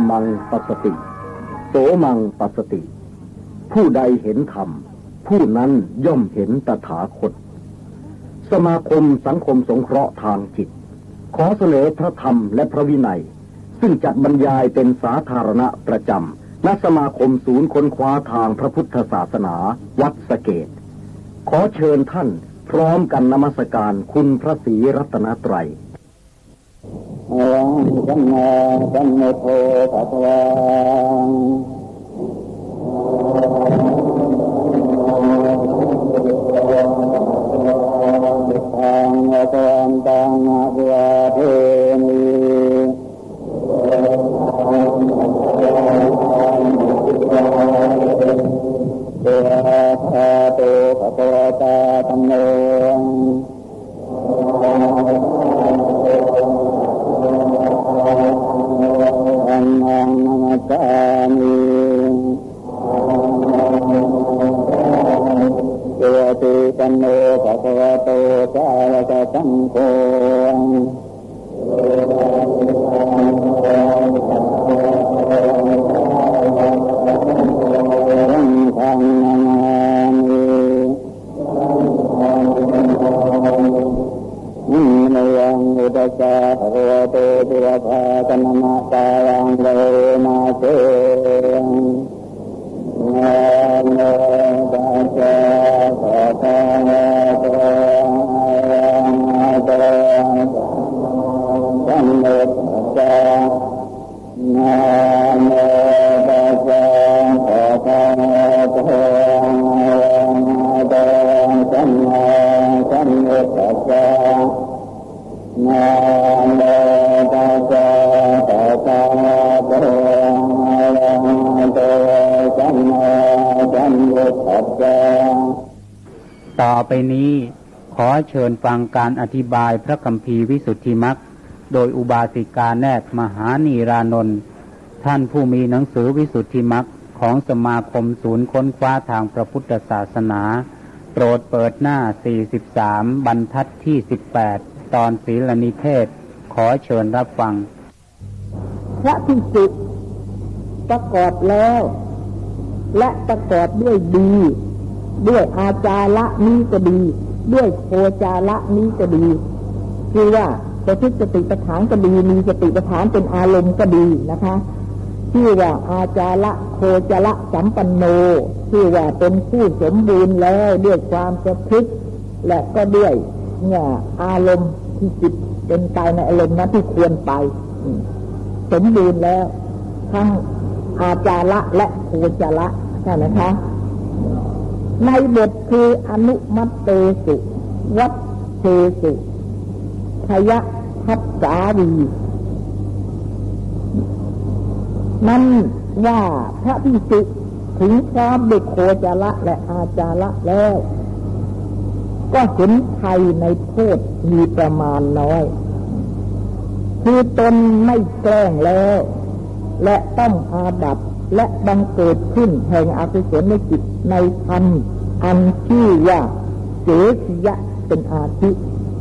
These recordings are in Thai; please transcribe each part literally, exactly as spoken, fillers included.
มังปัสสติโสมังปัสสติผู้ใดเห็นธรรมผู้นั้นย่อมเห็นตถาคตสมาคมสังคมสงเคราะห์ทางจิตขอเสนอพระธรรมและพระวินัยซึ่งจัดบรรยายเป็นสาธารณะประจำณสมาคมศูนย์ค้นคว้าทางพระพุทธศาสนาวัดสะเกษขอเชิญท่านพร้อมกันนมัสการคุณพระศรีรัตนตรัยอวังสัมมาสัมพุทโธภะคะวังตังวะตังตังอะภวะเทมิเตอะภะโตภะคะวะตาธัมโมอังอังนะมะสามิเตติปันโนภะคะวะโตสาวกสังโฆสังฆังนามามินิมยังอุตสาภะคะวะโตตุวะภาคนะมะตายังโลมาเสนะโมตัสสะภะคะวะโตอะระหะโตสัมมาสัมพุทธัสสะนะโมตัสสะภะคะวะโตอะระหะโตสัมมาสัมพุทธัสสะนะโมตัสสะภะคะวะโตอะระหะโตสัมมาสัมพุทธัสสะต่อไปนี้ขอเชิญฟังการอธิบายพระคัมภีร์วิสุทธิมรรคโดยอุบาสิกาแนบมหานีรานนท์ท่านผู้มีหนังสือวิสุทธิมรรคของสมาคมศูนย์ค้นคว้าทางพระพุทธศาสนาโปรดเปิดหน้าสี่สิบสามบรรทัดที่สิบแปดตอนศีลนิเทศขอเชิญรับฟังพระภิกษุประกอบแล้วและประกอบด้วยดีด้วยอาจาระนี้ก็ดีด้วยโภจาระนี้ก็ดีคือว่าจะทุสติปัฏฐานก็ดีมีสติปัฏฐานเป็นอารมณ์ก็ดีนะคะชื่อว่าอาจาระโภจาระสัมปันโนชื่อว่าเป็นผู้สมบูรณ์แล้วด้วยความประพฤติและก็ด้วยเนี่ยอารมณ์ที่จิตเป็นไปในอารมณ์นั้นที่ควรไปสมบูรณ์แล้วทั้งอาจาระและโภจาระใช่ไหมคะในบทคืออนุมัตเตสุวัตเชสุพยทัสสาวีนั่นว่าพระภิกษุถึงพร้อมด้วยโภจาระและอาจาระแล้วก็เห็นภัยในโทษมีประมาณน้อยคือตนไม่แกล้งแล้วและต้องอาบัติและบังเกิดขึ้นแห่งอกุศลในจิตในธรรมอันชื่อว่าเสสิยะเป็นอาทิ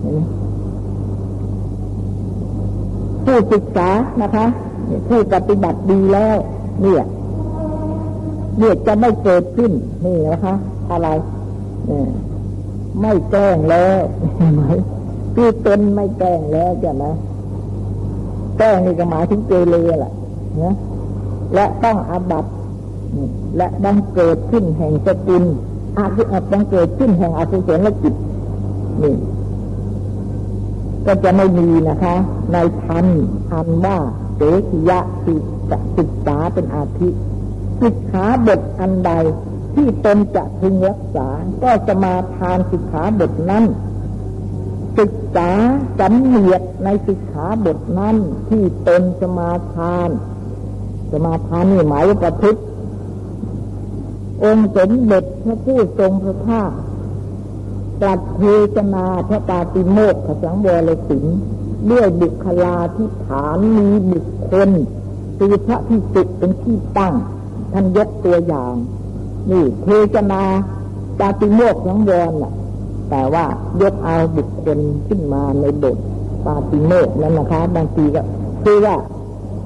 ผู้ศึกษานะคะผู้ปฏิบัติดีแล้วเนี่ยเนี่ยจะไม่เกิดขึ้นนี่นะคะอะไรเนี่ยไม่แกล้งแล้วไหมคือตนไม่แกล้งแล้วใช่ไหมแกล้งนี่ก็หมายถึงเกเรแหละนะและต้องอาบัติและบังเกิดขึ้นแห่งสกุลอาคือบังเกิดขึ้นแห่งอกุศลจิตนี่ก็จะไม่มีนะคะในธรรมอันว่าเสสิยะคือจะศึกษาเป็นอาทิศึกษาบทอันใดที่ตนจะพึงรักษาก็จะมาทานศึกษาบทนั้นศึกษาสำเนียกในศึกษาบทนั้นที่ตนจะมาทานจะมาทานนี่หมายว่าประพฤติองค์สมเด็จพระผู้ทรงพระภาคตรัสเทศนาพระปาติโมกขสังวรสินด้วยบุคลาธิฐานมีบุคคลคือพระภิกษุเป็นที่ตั้งท่านยกตัวอย่างนี่เทศนาปาติโมกขสังวรน่ะแต่ว่ายกเอาบุคคลขึ้นมาในบทปาติโมกข์นั้นนะคะบางทีก็คือว่า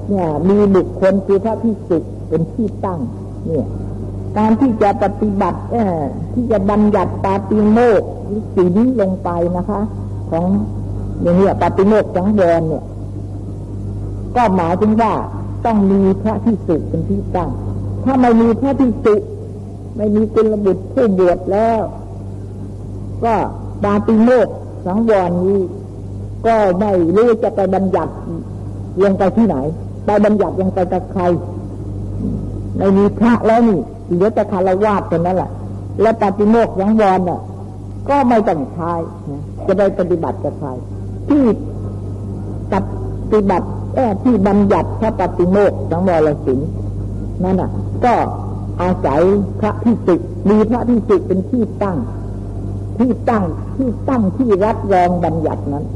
เนี่ยมีบุคคลคือพระภิกษุเป็นที่ตั้งเนี่ยการที่จะปฏิบัติเอ่อที่จะบัญญัติปาติโมกข์หรือศีลลงไปนะคะของอย่างนี้ปาติโมกข์สังวรเนี่ยก็หมายถึงว่าต้องมีพระภิกษุเป็นที่ตั้งถ้าไม่มีพระภิกษุไม่มีกุลบุตรผู้บวชแล้วก็ปาติโมกข์สังวรนี้ก็ไม่รู้จะไปบัญญัติลงไปที่ไหนไปบัญญัติลงไปกับใครไม่มีพระแล้วนี่เหลือแต่คฤหัสถ์เท่านั้นแหละและปาติโมกข์สังวรน่ะก็ไม่ต้องใช้จะได้ปฏิบัติกับใครที่ปฏิบัติแอบที่บัญญัติพระปาติโมกข์สังวรศีลนั่นน่ะก็อาศัยพระภิกษุมีพระภิกษุเป็นที่ตั้งที่ตั้งที่ตั้งที่รับรองบัญญัตินั้น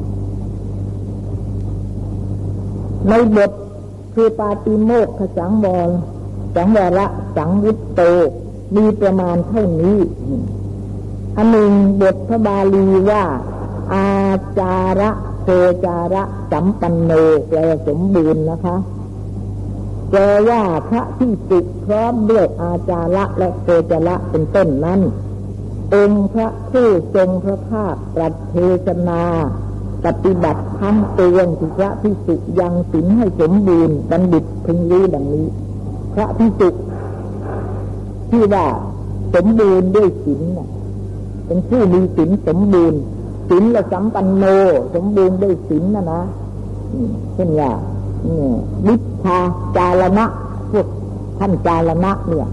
ในบทคือปาติโมกขสังวรสังวรสังวุตโตมีประมาณเท่านี้อันหนึ่งบทพระบาลีว่าอาจาระโคจาระสัมปันโนแปลสมบูรณ์นะคะแปลว่าพระภิกษุพร้อมด้วยอาจาระและโคจาระเป็นต้นนั้นองค์พระผู้ทรงพระภาคตรัสเทศนาปฏิบัติทั้งปวงที่พระภิกษุยังศีลให้สมบูรณ์บัณฑิตพึงรู้ดังนี้พระภิกษุที่ว่าสมบูรณ์ด้วยศีลเป็นผู้มีศีลสมบูรณ์ศีลและสัมปันโนสมบูรณ์ด้วยศีลนะนะเช่นว่าวิชาจารณะพวกท่านจารณะเนี่ย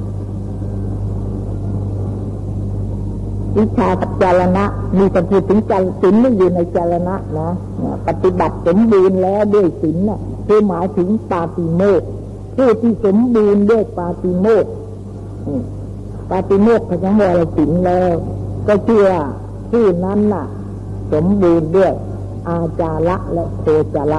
วิชากับจารณะมีแต่พูดถึงศีลไม่อยู่ในจารณะนะปฏิบัติสมบูรณ์แล้วด้วยศีลน่ะคือหมายถึงปาติโมกข์ผู้ที่สมบูรณ์ด้วยปาติโมกข์ปาติโมกข์เขาทั้งวรศีลแล้วก็เชื่อผู้นั้นน่ะสมบูรณ์ด้วยอาจาระและโคจาระ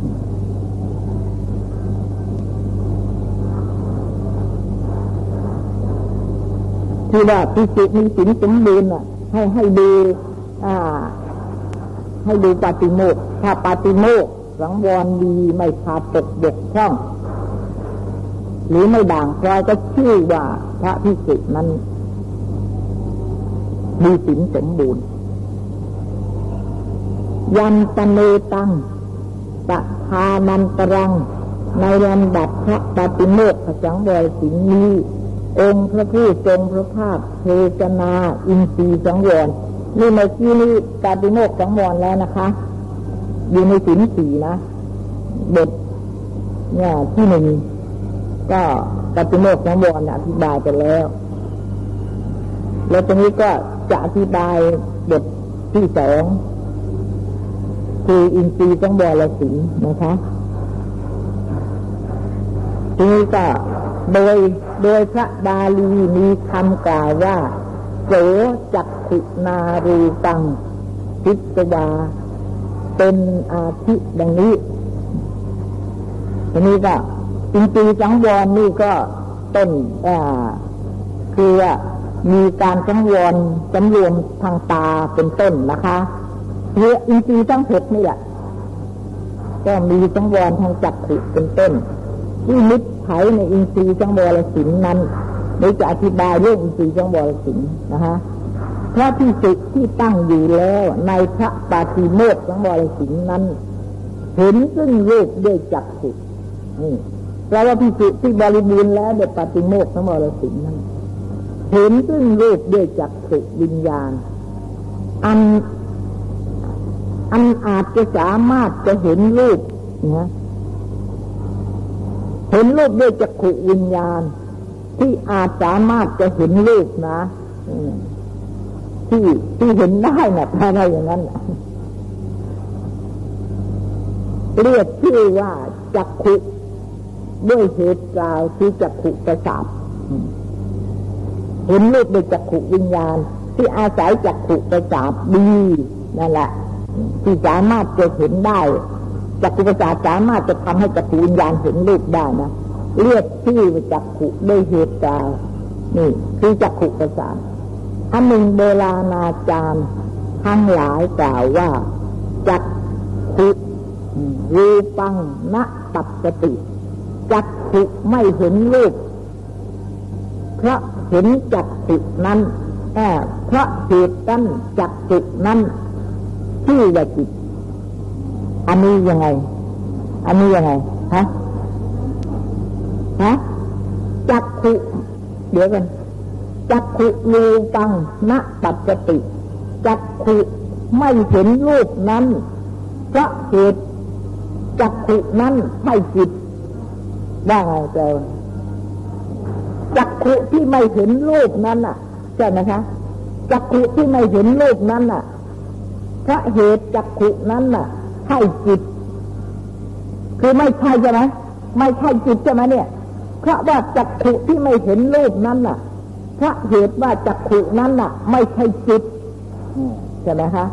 ที่ว่าภิกษุมีศีลสมบูรณ์น่ะให้ให้ดูอ่าให้ดูปาติโมกข์ถ้าปาติโมกข์สังวรดีไม่ขาดตกบกพร่องหรือไม่ด่างพร้อยก็ชื่อว่าพระภิกษุนั้นมีศีลสมบูรณ์ยันตเนตังปะทานันตรังในลำดับพระปาติโมกขสังวรศีลนี้องค์พระผู้ทรงพระภาคเทศนาอินทรีย์สังวรนี่เมื่อกี้นี้ปาติโมกขสังวรแล้วนะคะอยู่ในศีลสี่นะบทเนี่ยที่หนึ่งก็ปาติโมกขสังวรอธิบายไปแล้วแล้วตรงนี้ก็จะอธิบายบทที่สองคืออินทรีย์สังวรศีลนะคะทีนี้ก็โดยโดยพระบาลีมีคำกล่าวว่าโสจักขุนารูปังพิสวาเป็นอาทิดังนี้ทีนี้ก็อินทรีย์สังวรนี่ก็ต้นอ่าคือว่ามีการสังวรสำรวมทางตาเป็นต้นนะคะเพื่ออินทรีย์ทั้งหกนี่แหละก็มีสังวรทางจักขุเป็นต้นที่นิพไถในอินทรีย์สังวรศีลนั้นนี่จะอธิบายเรื่องอินทรีย์สังวรศีลนะคะพระภิกษุที่ตั้งอยู่แล้วในพระปาติโมกขสังวรศีลนั้นเห็นซึ่งรูปด้วยจักขุนี่แปลว่าภิกษุที่บริบูรณ์แล้วด้วยปาติโมกขสังวรศีลนั้นเห็นซึ่งรูปด้วยจักขุวิญญาณอันอันอาจจะสามารถจะเห็นรูปนะเห็นรูปด้วยจักขุวิญญาณที่อาจสามารถจะเห็นรูปนะที่ที่เห็นได้นะถ้าได้อย่างนั้นเรียกชื่อว่าจักขุด้วยเหตุกล่าวคือจักขุประสาทเห็นรูปด้วยจักขุวิญญาณที่อาศัยจักขุประสาทดีนั่นแหละที่สามารถจะเห็นได้จักขุประสาทสามารถจะทำให้จักขุวิญญาณเห็นรูปได้นะเรียกชื่อว่าจักขุด้วยเหตุกล่าวนี่คือจักขุประสาทอันหนึ่งโบราณอาจารย์ทั้งหลายกล่าวว่าจักขุรูปังณปัสสติจักขุไม่เห็นรูปเพราะเห็นจักขุนั้นเพราะเหตุนั้นจักขุนั้นชื่อว่าจิตอันนี้ยังไงอันนี้ยังไงฮะฮะจักขุเดี๋ยวกันจักขุรูปังณปัจจติจักขุไม่เห็นรูปนั้นเพราะเหตุจักขุนั้นไม่จิตว่าไงเจ้าจักขุที่ไม่เห็นรูปนั้นน่ะใช่ไหมคะจักขุที่ไม่เห็นรูปนั้นน่ะเพราะเหตุจักขุนั้นน่ะใช่จิตคือไม่ใช่ใช่ไหมไม่ใช่จิตใช่ไหมเนี่ยเพราะว่าจักขุที่ไม่เห็นรูปนั้นน่ะเพราะเหตุว่าจักขุนั้นน่ะไม่ใช่จิตใช่ไหมคะ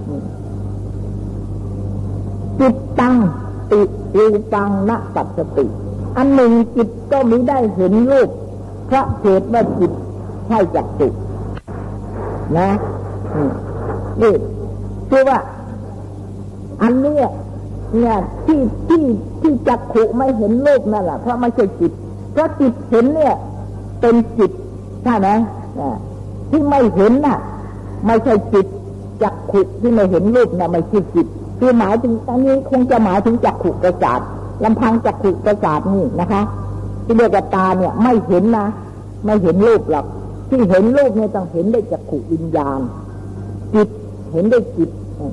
จิตตังติรูปังณปัจจติอันหนึ่งจิตก็มิได้เห็นรูปเพราะเหตุว่าจิตใช่จักขุนะนี่คือว่าอันนี้เนี่ยที่ที่ที่จักขุไม่เห็นรูปนั่นแหละเพราะไม่ใช่จิตเพราะจิตเห็นเนี่ยเป็นจิตใช่ไหมที่ไม่เห็นน่ะไม่ใช่จิตจักขุที่ไม่เห็นรูปน่ะไม่ใช่จิตคือหมายถึงอันนี้คงจะหมายถึงจักขุประสาทลำพังจักขุประสาทนี่นะคะที่เรียกว่าตาเนี่ยไม่เห็นนะไม่เห็นรูปหรอกที่เห็นรูปเนี่ยต้องเห็นได้จักขุวิญญาณจิตเห็นได้จิต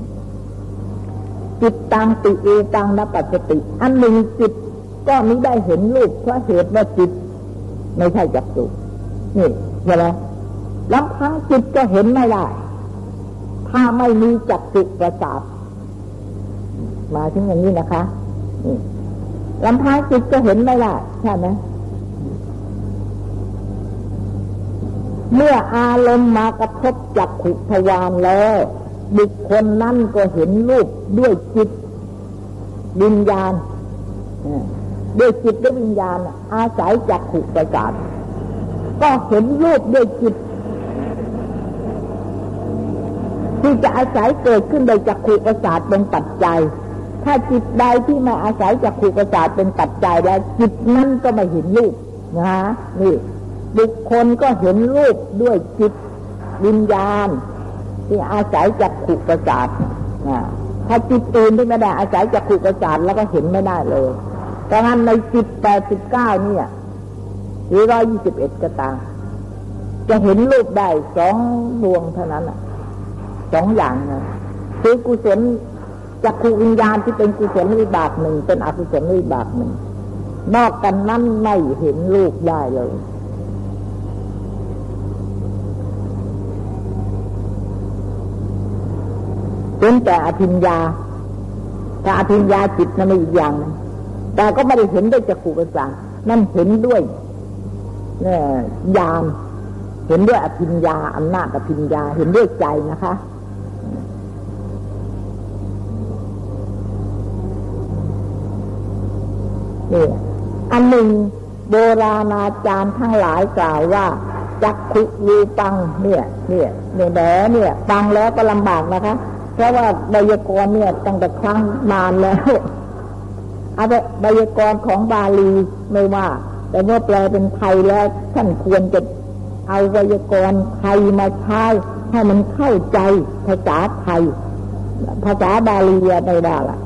จิตตังติเอตังณปัจจติอันหนึ่งจิตก็มิได้เห็นรูปเพราะเหตุว่าจิตไม่ใช่จักขุนี่ใช่ไหมลำพังจิตก็เห็นไม่ได้ถ้าไม่มีจักขุประสาทมาถึงอย่างนี้นะคะลำพังจิตก็เห็นไม่ได้ใช่ไหมเมื่ออารมณ์มากระทบจักขุทวารแล้วบุคคลนั้นก็เห็นรูปด้วยจิตวิญญาณด้วยจิตและวิญญาณอาศัยจักขุประสาทก็เห็นรูปด้วยจิตที่จะอาศัยเกิดขึ้นโดยจักขุประสาทเป็นปัจจัยถ้าจิตใดที่ไม่อาศัยจักขุประสาทเป็นปัจจัยแล้วจิตนั้นก็ไม่เห็นรูปนะนี่บุคคลก็เห็นรูปด้วยจิตวิญญาณที่อาศัยจักขุประสาทนะถ้าจิตอื่นที่ไม่ได้อาศัยจักขุประสาทแล้วก็เห็นไม่ได้เลยดังนั้นในจิตแปดสิบเก้าเนี่ยหรือร้อยยี่สิบเอ็ดก็ตามจะเห็นรูปได้สองดวงเท่านั้นอ่ะสองอย่างนะคือกุศลจักขุวิญญาณที่เป็นกุศลวิบากหนึ่งเป็นอกุศลวิบากหนึ่งนอกกันนั้นไม่เห็นรูปได้เลยเป็นแต่อภิญญาถ้าอภิญญาจิตนั้นไม่อีกอย่างนึงแต่ก็ไม่ได้เห็นด้วยจักขุประสาทนั่นเห็นด้วยเนี่ยญาณเห็นด้วยอภิญญาอำนาจอภิญญาเห็นด้วยใจนะคะนี่อันหนึ่งโบราณอาจารย์ทั้งหลายกล่าวว่าจักขุรูปังเนี่ยเนี่ยเนี่ยแหมเนี่ยฟังแล้วก็ลำบากนะคะเพราะว่าไวยากรณ์เนี่ยตั้งแต่ครั้งนานแล้วเอาไปไวยากรณ์ของบาลีไม่ว่าแต่เมื่อแปลเป็นไทยแล้วท่านควรจะเอาไวยากรณ์ไทยมาใช้ให้มันเข้าใจภาษาไทยภาษาบาลีไม่ได้ละ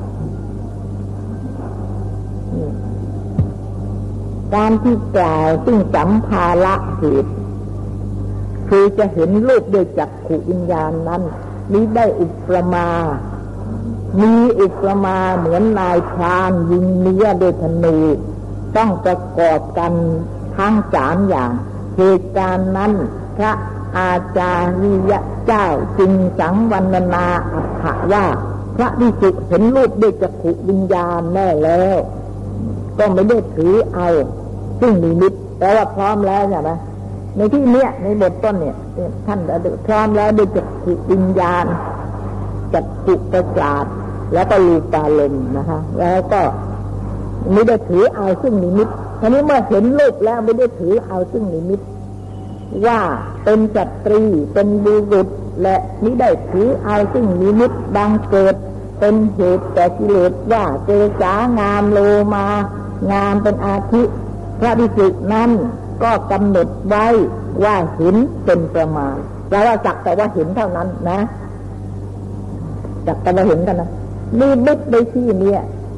การที่กล่าวซึ่งสัมภาระเหตุคือจะเห็นรูปด้วยจักขุวิญญาณนั้นนี้ได้อุปมามีอุปมาเหมือนนายพรานยิงเนื้อด้วยธนูต้องประกอบกันทั้งสามอย่างเหตุการณ์นั้นพระอาจาริยะเจ้าจึงสังวรรณนาอัฏฐว่าพระภิกษุเห็นรูปด้วยจักขุวิญญาณแน่แล้วก็ไม่ได้ถือเอาซึ่งนิมิตแต่ว่าพร้อมแล้วใช่ไหมในที่เนี้ยในบทต้นเนี่ยท่านพร้อมแล้วด้วยจักขุวิญญาณจักขุประสาทแล้วก็รูปารมณ์นะคะแล้วก็ไม่ได้ถือเอาซึ่งนิมิตทีนี้เมื่อเห็นรูปแล้วไม่ได้ถือเอาซึ่งนิมิตว่าเป็นสตรีเป็นบุรุษและไม่ได้ถือเอาซึ่งนิมิตบังเกิดเป็นเหตุแต่กิเลสว่าเจสางามโลมางามเป็นอาทิพระภิกษุนั้นก็กำหนดไว้ว่าเห็นเป็นประมาณแปลว่าจักแต่ว่าเห็นเท่านั้นนะจักแต่ว่าเห็นกันนะนี่บึกในที่นี้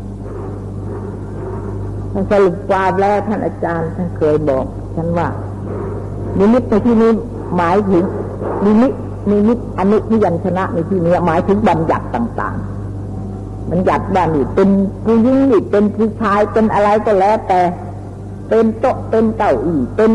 สรุปความแล้วท่านอาจารย์ท่านเคยบอกฉันว่านิมิตในที่นี้หมายถึงนิมิตนิมิตอนุพยัญชนะในที่นี้หมายถึงบัญญัติต่างๆบัญญัติว่านี่เป็นผู้หญิงนี่เป็นผู้ชายเป็นอะไรก็แล้วแต่เป็นโต๊ะเป็นเก้าอี้เป็น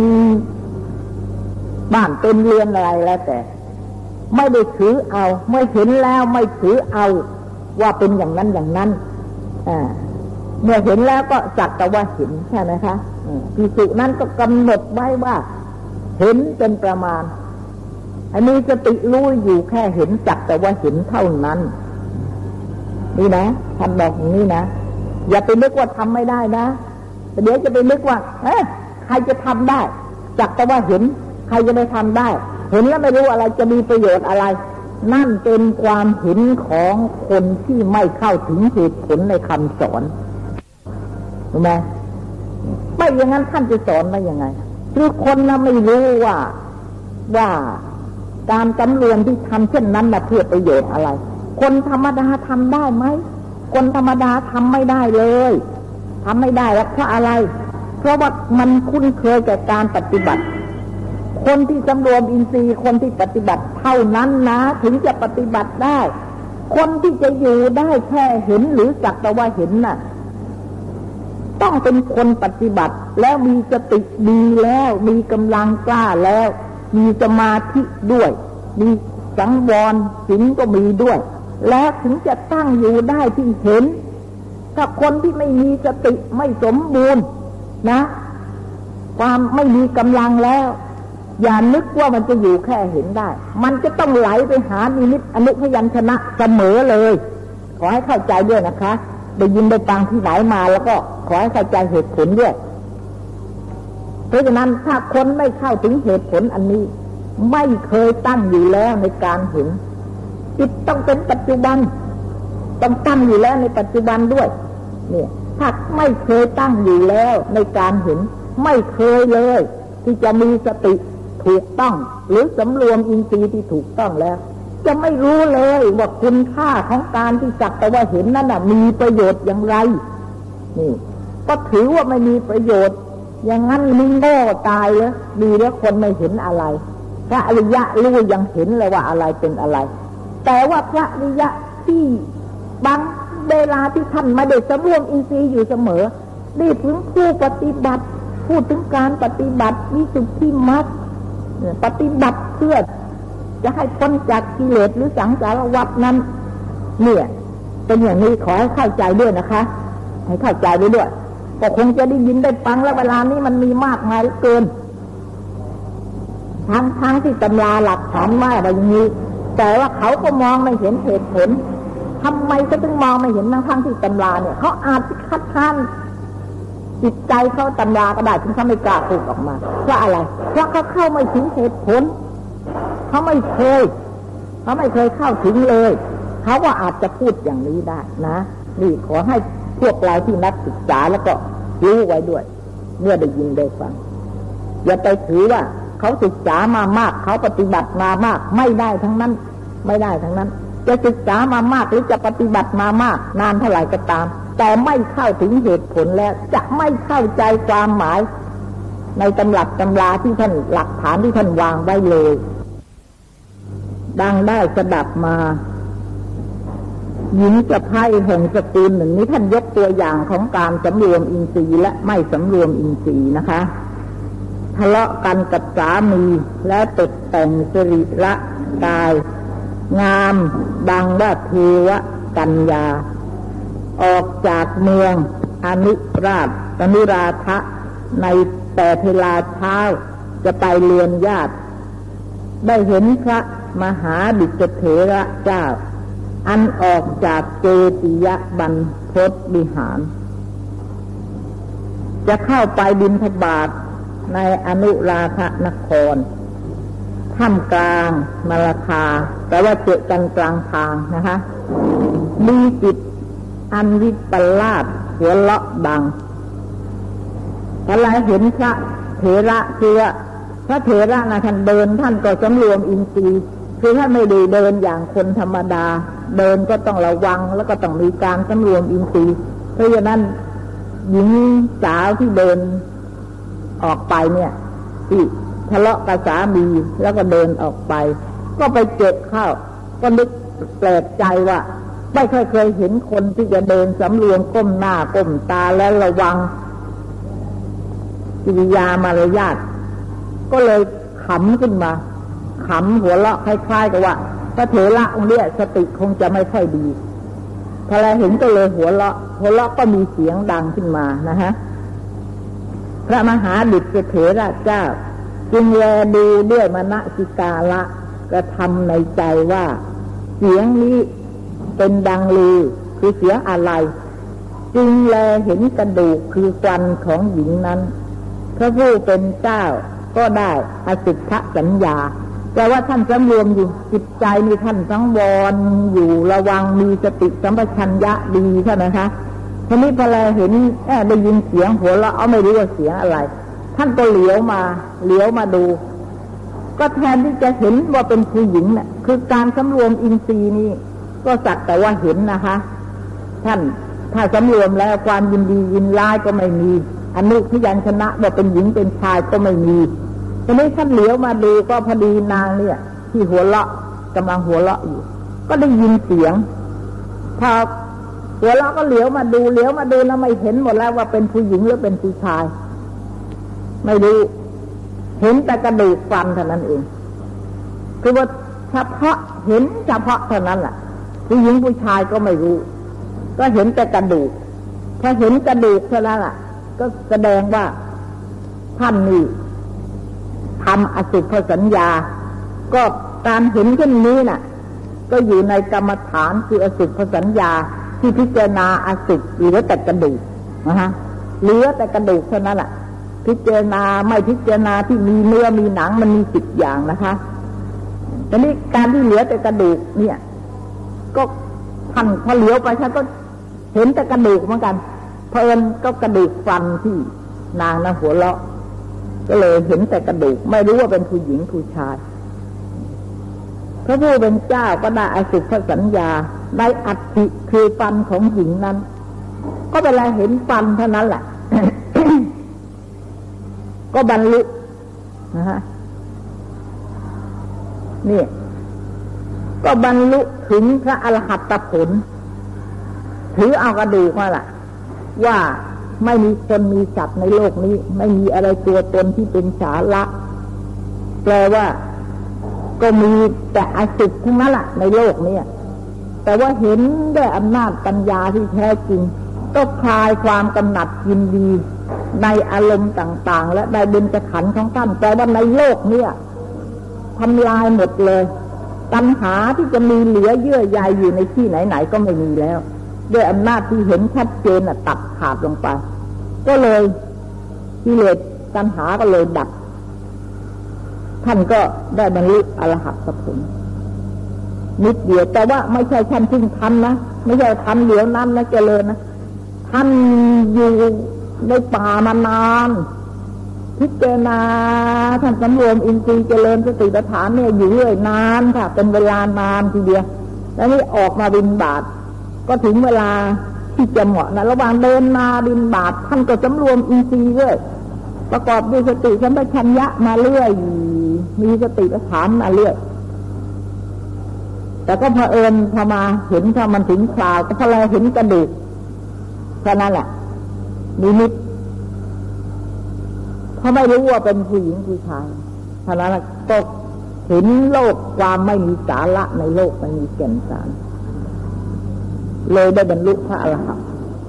บ้านเป็นเรือนอะไรแล้วแต่ไม่ได้ถือเอาไม่เห็นแล้วไม่ถือเอาว่าเป็นอย่างนั้นอย่างนั้นอ่าเมื่อเห็นแล้วก็สักแต่ว่าเห็นใช่ไหมคะภิกษุนั้นก็กำหนดไว้ว่าเห็นเป็นประมาณอันนี้สติรู้อยู่แค่เห็นสักแต่ว่าเห็นเท่านั้นนี่นะท่านบอกอย่างนี้นะอย่าไปนึกว่าทำไม่ได้นะเดี๋ยวจะไปนึกว่าเอ๊ะใครจะทำได้สักแต่ว่าเห็นใครจะได้ทำได้เห็นแล้วไม่รู้อะไรจะมีประโยชน์อะไรนั่นเป็นความเห็นของคนที่ไม่เข้าถึงเหตุผลในคำสอนรู้ไหมไม่อย่างนั้นท่านจะสอนได้ยังไงคือคนน่ะไม่รู้ว่าว่าการสำรวมที่ทำเช่นนั้นน่ะเพื่อประโยชน์อะไรคนธรรมดาทำได้ไหมคนธรรมดาทำไม่ได้เลยทำไม่ได้แล้วเพราะอะไรเพราะว่ามันคุ้นเคยกับการปฏิบัติคนที่สำรวมอินทรีย์คนที่ปฏิบัติเท่านั้นนะถึงจะปฏิบัติได้คนที่จะอยู่ได้แค่เห็นหรือสักแต่ว่าเห็นน่ะต้องเป็นคนปฏิบัติแล้วมีสติดีแล้วมีกำลังกล้าแล้วมีสมาธิด้วยมีสังวรศีลก็มีด้วยแล้วถึงจะตั้งอยู่ได้ที่เห็นถ้าคนที่ไม่มีสติไม่สมบูรณ์นะความไม่มีกำลังแล้วอย่านึกว่ามันจะอยู่แค่เห็นได้มันจะต้องไหลไปหานิมิตอนุพยัญชนะเสมอเลยขอให้เข้าใจด้วยนะคะได้ยินได้ฟังที่ไหนมาแล้วก็ขอให้เข้าใจเหตุผลด้วยเพราะฉะนั้นถ้าคนไม่เข้าถึงเหตุผลอันนี้ไม่เคยตั้งอยู่แล้วในการเห็นจิตต้องเป็นปัจจุบันต้องตั้งอยู่แล้วในปัจจุบันด้วยเนี่ยถ้าไม่เคยตั้งอยู่แล้วในการเห็นไม่เคยเลยที่จะมีสติถูกต้องหรือสำรวมอินทรีย์ที่ถูกต้องแล้วจะไม่รู้เลยว่าคุณค่าของการที่สักแต่ว่าเห็นนั้นน่ะมีประโยชน์อย่างไรนี่ก็ถือว่าไม่มีประโยชน์อย่างนั้นมึงโง่ตายเลยดีแล้วคนไม่เห็นอะไรพระอริยะรู้ยังเห็นเลยว่าอะไรเป็นอะไรแต่ว่าพระอริยะที่บางเวลาที่ท่านไม่ได้สำรวมอินทรีย์อยู่เสมอนี่ถึงผู้ปฏิบัติพูดถึงการปฏิบัติวิสุทธิมรรคปฏิบัติเพื่อจะให้พ้นจากกิเลสหรือสังสารวัฏนั้นเนี่ยเป็นอย่างนี้ขอให้เข้าใจด้วยนะคะให้เข้าใจด้วยด้วยก็คงจะได้ยินได้ฟังแล้วเวลานี้มันมีมากมายเหลือเกินทั้งทั้งที่ตำราหลักฐานว่าอะไรอย่างนี้แต่ว่าเขาก็มองไม่เห็นเหตุผลทำไมก็ถึงมองไม่เห็นทั้งทั้งที่ตำราเนี่ยเขาอาจจะคัดค้านจิตใจเขาตำราก็ได้ถึงเขาไม่กล้าพูดออกมาเพราะอะไรเพราะเขาเข้าไม่ถึงเหตุผลเขาไม่เคยเขาไม่เคยเข้าถึงเลยเขาก็อาจจะพูดอย่างนี้ได้นะนี่ขอให้พวกเราที่นักศึกษาแล้วก็รู้ไว้ด้วยเมื่อได้ยินได้ฟังอย่าไปถือว่าเขาศึกษามามากเขาปฏิบัติมามากไม่ได้ทั้งนั้นไม่ได้ทั้งนั้นจะศึกษามามากหรือจะปฏิบัติมามากนานเท่าไหร่ก็ตามแต่ไม่เข้าถึงเหตุผลแล้วจะไม่เข้าใจความหมายในตำรับตำราที่ท่านหลักฐานที่ท่านวางไว้เลยดังได้สดับมาหญิงสะใภ้แห่งสกุลหนึ่งนี้ท่านยกตัวอย่างของการสำรวมอินทรีย์และไม่สำรวมอินทรีย์นะคะทะเลาะกันกับสามีและตกแต่งสรีระกายงามดังว่าเทวกัญญาออกจากเมืองอนุราชอนุราธะในแต่เวลาเช้าจะไปเรือนญาติได้เห็นพระมหาดิจเถระเจ้าอันออกจากเจติยบรรพตวิหารจะเข้าไปบิณฑบาตในอนุราธนครท่ามกลางมลคาแต่ว่าเจอกันกลางทางนะคะมีจิตอันวิปลาสหัวเราะดังอะไรเห็นพระเถระคือว่าพระเถระนะท่านเดินท่านก็สำรวมอินทรีย์คือท่านไม่ได้เดินอย่างคนธรรมดาเดินก็ต้องระวังแล้วก็ต้องมีการสำรวมอินทรีย์เพราะฉะนั้นหญิงสาวที่เดินออกไปเนี่ยที่ทะเลาะกับสามีแล้วก็เดินออกไปก็ไปเจ็บเข้าก็นึกแปลกใจว่าไม่เคยเคยเห็นคนที่จะเดินสำรวมก้มหน้าก้มตาและระวังกิริยามารยาทก็เลยขำขึ้นมาขำหัวเราะคล้ายๆกับว่าพระเถระองค์เนี้ยสติคงจะไม่ค่อยดีพอเราเห็นก็เลยหัวเราะหัวเราะก็มีเสียงดังขึ้นมานะฮะพระมหาดิษฐเถระเจ้าจึงแลดูด้วยมนสิการะกระทำในใจว่าเสียงนี้เป็นดังลือคือเสียงอะไรจึงแลเห็นกระดูกคือฟันของหญิงนั้นพระผู้เป็นเจ้าก็ได้อสิทธสัญญาแต่ว่าท่านสำรวมอยู่จิตใจมีท่านสังวรอยู่ระวังมีสติสัมปชัญญะดีใช่ไหมคะทีนี้พอเราเห็นได้ยินเสียงหัวเราะเอาไม่รู้ว่าเสียงอะไรท่านก็เหลียวมาเหลียวมาดูก็แทนที่จะเห็นว่าเป็นผู้หญิงน่ะคือการสำรวมอินทรีย์นี่ก็สักแต่ว่าเห็นนะคะท่านถ้าสำรวมแล้วความยินดียินร้ายก็ไม่มีอนุพยัญชนะว่าเป็นหญิงเป็นชายก็ไม่มีทีนี้ท่านเหลียวมาดูก็พอดีนางเนี่ยที่หัวเราะกำลังหัวเราะอยู่ก็ได้ยินเสียงพอหัวเราะก็เหลียวมาดูเหลียวมาดูแล้วไม่เห็นหมดแล้วว่าเป็นผู้หญิงหรือเป็นผู้ชายไม่รู้เห็นแต่กระดูกฟันเท่านั้นเองคือว่าเฉพาะเห็นเฉพาะเท่านั้นแหละผู้หญิงผู้ชายก็ไม่รู้ก็เห็นแต่กระดูกพอเห็นกระดูกเท่านั้นแหละก็แสดงว่าท่านนี่ทำอสุภสัญญาก็การเห็นเช่นนี้น่ะก็อยู่ในกรรมฐานคืออสุภสัญญาที่พิจารณาอสุภเหลือแต่กระดูกนะฮะเหลือแต่กระดูกเท่านั้นแหละพิจารณาไม่พิจารณาที่มีเนื้อมีหนังมันมีสิบอย่างนะคะแต่นี้การที่เหลือแต่กระดูกเนี่ยก็ท่านพอเหลียวไปท่านก็เห็นแต่กระดูกเหมือนกันเพลินก็กระดูกฟันที่นางนะหัวเราะก็เลยเห็นแต่กระดูกไม่รู้ว่าเป็นผู้หญิงผู้ชายพระผู้เป็นเจ้าก็ได้อสุภสัญญาได้อัฐิคือฟันของหญิงนั้นก็เวลาเห็นฟันเท่านั้นแหละ ก็บรรลุนะฮะนี่ก็บรรลุถึงพระอรหัตผลถือเอากระดูกมาล่ะว่าไม่มีคนมีสัตว์ในโลกนี้ไม่มีอะไรตัวตนที่เป็นสาระแปลว่าก็มีแต่อสุภทั้งนั้นแหละในโลกนี้แต่ว่าเห็นด้วยอำนาจปัญญาที่แท้จริงก็คลายความกำหนัดยินดีในอารมณ์ต่างๆและในเบญจขันธ์ของท่านแต่ว่าในโลกนี้ทำลายหมดเลยตัณหาที่จะมีเหลือเยื่อใยอยู่ในที่ไหนๆก็ไม่มีแล้วด้วยอำนาจที่เห็นชัดเจนตัดขาดลงไปก็เลยกิเลสตัณหาก็เลยดับท่านก็ได้บรรลุอรหัตผลนิดเดียวแต่ว่าไม่ใช่ท่านเพิ่งทำนะไม่ใช่ทำเดี๋ยวนั้นนะเจริญนะท่านอยู่ในป่ามานานพิจารณาท่านสำรวมอินทรีย์เจริญสติปัฏฐานเนี่ยอยู่เรื่อยนานค่ะเป็นเวลานานทีเดียวแล้วนี่ออกมาบิณฑบาตก็ถึงเวลาที่จะเหมาะนะระหว่างเดินมาบิณฑบาตท่านก็สำรวมอินทรีย์เรื่อยประกอบด้วยสติสัมปชัญญะมาเรื่อยมีสติปัฏฐานมาเรื่อยแต่ก็เผอิญพอมาเห็นถ้ามันถึงคราวก็พอเราเห็นกระดูกแค่นั้นแหละนิมิตเพราะไม่รู้ว่าเป็นผู้หญิงผู้ชายเท่านั้นก็เห็นโลกความไม่มีสาระในโลกไม่มีแก่นสารเลยได้บรรลุพระอรหันต์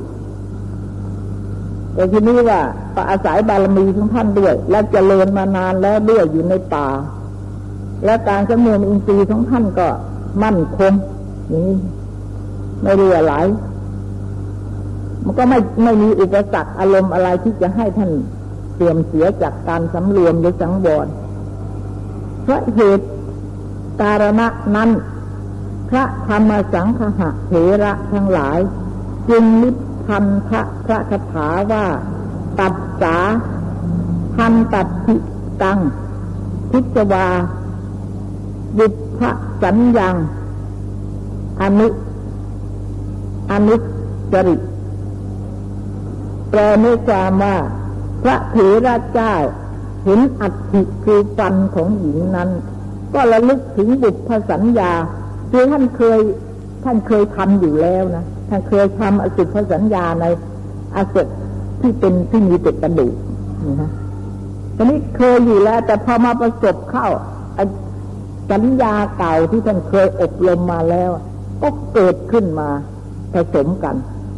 แต่ทีนี้ว่าก็อาศัยบารมีของท่านด้วยและเจริญมานานแล้วด้วยอยู่ในป่าและการสำรวมอินทรีย์ของท่านก็มั่นคงอย่างนี้ไม่รู้อะไรมันก็ไม่ไม่มีอุปสรรคอารมณ์อะไรที่จะให้ท่านเสื่อมเสียจากการสำรวมหรือสังวรเพราะเหตุการณะนั้นพระธรรมสังฆะเถระทั้งหลายจึงนิพพันธะพระคาถาว่าปตัสสาหันตัดทิตังพิจวายุพพสัญญังอนุอนุจริตแปลในความว่าพระเถระเจ้าเห็นอัฐิคือฟันของหญิงนั้นก็ระลึกถึงบุพสัญญาคือท่านเคยท่านเคยทำอยู่แล้วนะท่านเคยทำอสุภสัญญาในอสุภที่เป็นที่มีแต่กระดูกนะฮะตอนนี้เคยอยู่แล้วแต่พอมาประสบเข้าสัญญาเก่าที่ท่านเคยอบรมมาแล้วก็เกิดขึ้นมาผสมกัน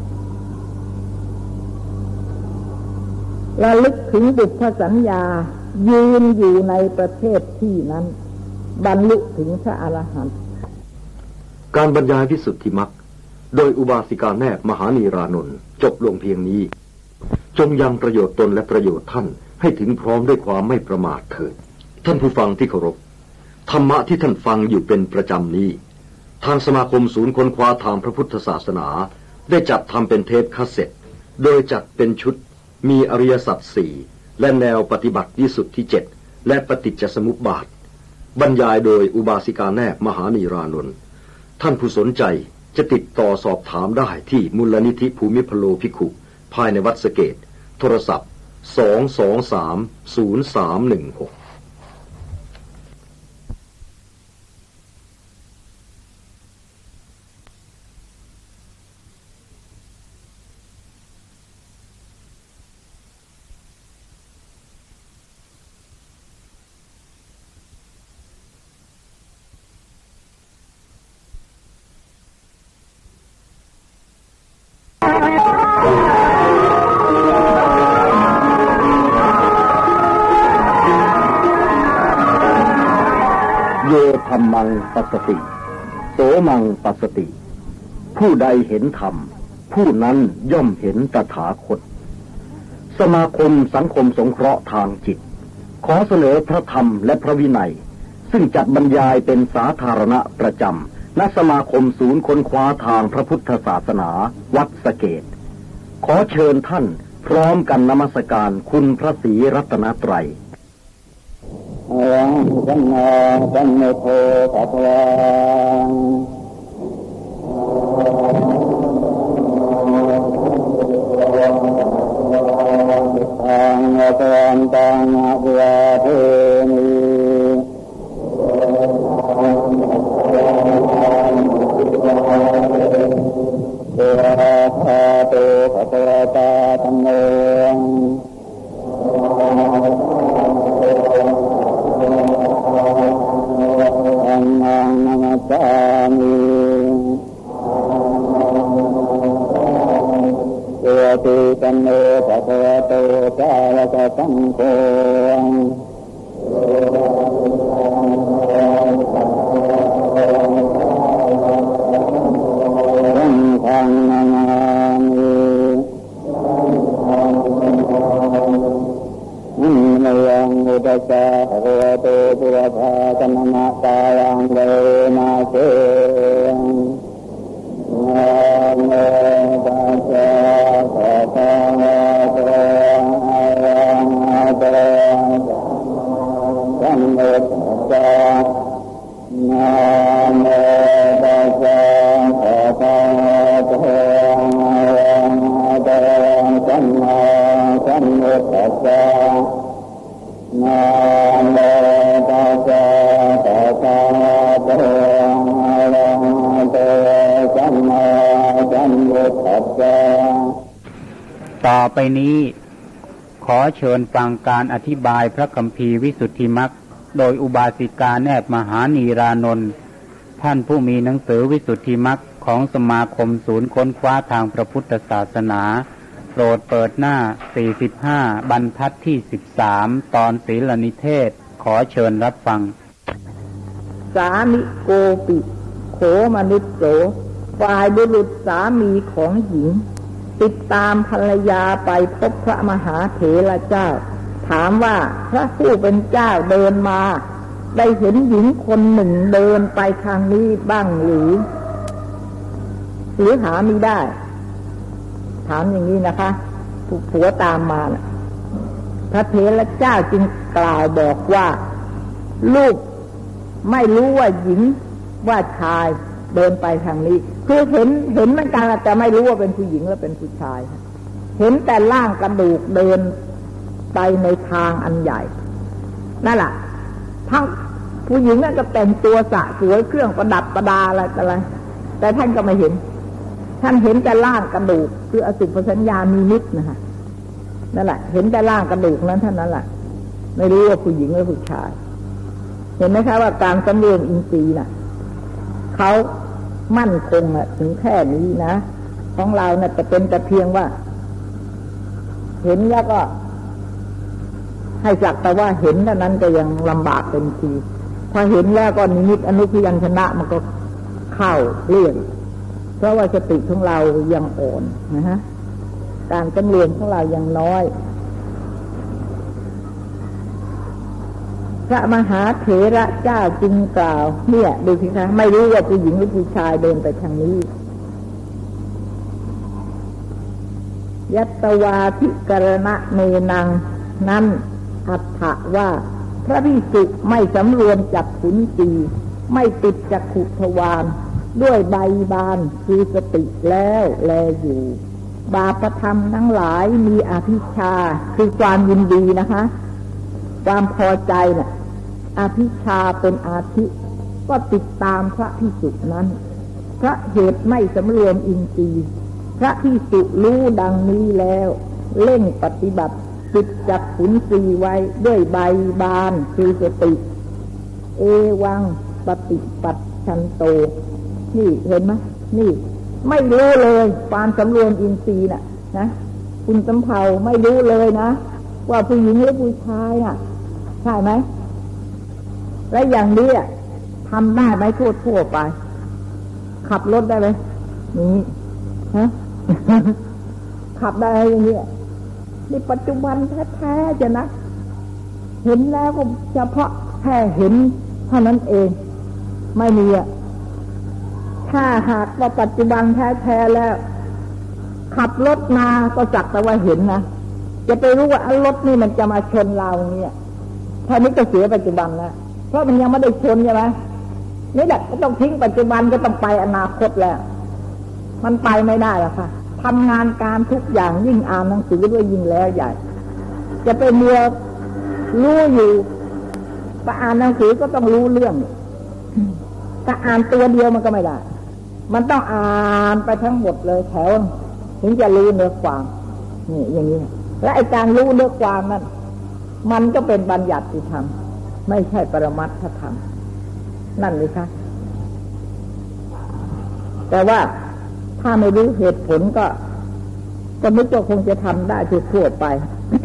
ระลึกถึงบุพสัญญายืนอยู่ในประเทศที่นั้นบรรลุถึงพระอรหันต์การบรรยายวิสุทธิมรรคโดยอุบาสิกาแนบมหานีรานนท์จบลงเพียงนี้จงยังประโยชน์ตนและประโยชน์ท่านให้ถึงพร้อมด้วยความไม่ประมาทเถิดท่านผู้ฟังที่เคารพธรรมะที่ท่านฟังอยู่เป็นประจำนี้ทางสมาคมศูนย์ค้นคว้าทางพระพุทธศาสนาได้จัดทำเป็นเทปคาสเซ็ตโดยจัดเป็นชุดมีอริยสัจสี่และแนวปฏิบัติวิสุทธิเจ็ดและปฏิจจสมุปบาทบรรยายโดยอุบาสิกาแนบมหานีรานนท์ท่านผู้สนใจจะติดต่อสอบถามได้ที่มูลนิธิภูมิพโลภิกขุภายในวัดสะเกษโทรศัพท์สอง สอง สาม ศูนย์ สาม หนึ่ง หกธรรมังปัสสติโสมังปัสสติผู้ใดเห็นธรรมผู้นั้นย่อมเห็นตถาคตสมาคมสังคมสงเคราะห์ทางจิตขอเสนอพระธรรมและพระวินัยซึ่งจัดบรรยายเป็นสาธารณะประจำณสมาคมศูนย์ค้นคว้าทางพระพุทธศาสนาวัดสะเกษขอเชิญท่านพร้อมกันนมัสการคุณพระศรีรัตนตรัยวังสัมมาสัมพุทโธภะคะวะตังอะตังตังอะวะเทมิเตระภะโตภะคะวะตาธัมโมธัมมังนัมสสามิเอติสัมโมภะคะวะโตสาวกสังโฆสังฆังนามามินิมยังอุปสาภะคะวะโตปุรภาสมณะตายังเวนะเสนะโมตัสสะภะคะวะโตอะระหะโตสัมมาสัมพุทธัสสะนะโมตัสสะภะคะวะโตอะระหะโตสัมมาสัมพุทธัสสะนะโมตัสสะภะคะวะโตอะระหะโตสัมมาสัมพุทธัสสะต่อไปนี้ขอเชิญฟังการอธิบายพระคัมภีร์วิสุทธิมรรคโดยอุบาสิกาแนบมหานีรานนท์ท่านผู้มีหนังสือวิสุทธิมรรคของสมาคมศูนย์ค้นคว้าทางพระพุทธศาสนาโปรดเปิดหน้าสี่สิบห้าบรรทัดที่สิบสามตอนศีลนิเทศขอเชิญรับฟังสามิโกปิโขมนิโสฝ่ายบุรุษสามีของหญิงติดตามภรรยาไปพบพระมหาเถระเจ้าถามว่าพระผู้เป็นเจ้าเดินมาได้เห็นหญิงคนหนึ่งเดินไปทางนี้บ้างหรือหรือหาไม่ได้ถามอย่างนี้นะคะผัวตามมานะพระเถระเจ้าจึงกล่าวบอกว่าลูกไม่รู้ว่าหญิงว่าชายเดินไปทางนี้คือเห็นเห็นเหมือนกันแต่ไม่รู้ว่าเป็นผู้หญิงหรือเป็นผู้ชายเห็นแต่ร่างกระดูกเดินไปในทางอันใหญ่นั่นแหละทั้งผู้หญิงนั่นก็แต่งตัวสะสวยเครื่องประดับประดาอะไรต่ออะไรแต่ท่านก็ไม่เห็นท่านเห็นแต่ร่างกระดูกคืออสุภสัญญามีนิดนะคะนั่นแหละเห็นแต่ร่างกระดูกนั้นเท่านั้นแหละไม่รู้ว่าผู้หญิงหรือผู้ชายเห็นไหมคะว่าการสำเร็จอินทรีย์น่ะเขามั่นคงอะถึงแค่นี้นะของเราเนี่ยจะเป็นแต่เพียงว่าเห็นแล้วก็ให้สักแต่ว่าเห็นเท่านั้นก็ยังลำบากเต็มทีพอเห็นแล้วก็นิมิตอนุพยัญชนะมันก็เข้าเรื่องเพราะว่าสติของเรายังอ่อนนะฮะการจำเรียนของเรายังน้อยพระมหาเถระเจ้าจึงกล่าวเนี่ยดูสิคะไม่รู้ว่าผู้หญิงหรือผู้ชายเดินไปทางนี้ยัตตวาธิกรณะเมนังนั้นอัตถะว่าพระภิกษุไม่สำรวมจักขุนจีไม่ติดจักขุทวารด้วยใบบานคือสติแล้วแลอยู่บาปธรรมทั้งหลายมีอภิชาคือความยินดีนะคะความพอใจน่ะอภิชาเป็นอาทิก็ติดตามพระภิกษุนั้นเพราะเหตุไม่สำรวมอินทรีย์พระภิกษุรู้ดังนี้แล้วเร่งปฏิบัติติดจักขุนสีไว้ด้วยใบบานคือสติเอวังปฏิปัตชันโตนี่เห็นไหมนี่ไม่รู้เลยความสำรวมอินทรีย์น่ะนะคุณสำเภาไม่รู้เลยนะว่าผู้หญิงหรือผู้ชายอ่ะใช่ไหมและอย่างนี้ทำได้ไหมทั่วทั่วไปขับรถได้ไหมนี่ฮะ ขับได้อย่างนี้ในปัจจุบันแท้ๆจะนะเห็นแล้วก็เฉพาะแค่เห็นเท่านั้นเองไม่มีอ่ะถ้าหากว่าปัจจุบันแท้ๆแล้วขับรถมาก็จักแต่ว่าเห็นนะจะไปรู้ว่ารถนี่มันจะมาชนเราเนี่ยท่านี้ก็เสียปัจจุบันแล้วเพราะมันยังไม่ได้ชนใช่ไหมนี่แหละก็ต้องทิ้งปัจจุบันก็ต้องไปอนาคตแล้วมันไปไม่ได้หรอกค่ะทำงานการทุกอย่างยิ่งอ่านหนังสือด้วยยิ่งแล้วใหญ่จะไปมัวรู้อยู่ถ้าอ่านหนังสือก็ต้องรู้เรื่องถ้าอ่านตัวเดียวมันก็ไม่ได้มันต้องอ่านไปทั้งหมดเลยแถวถึงจะรู้เนื้อความนี่อย่างนี้และไอ้การรู้เนื้อความนั้นมันก็เป็นบัญญัติธรรมไม่ใช่ปรมัตถธรรมนั่นเลยค่ะแต่ว่าถ้าไม่รู้เหตุผลก็ก็นึกว่าคงจะทำได้ทั่วไป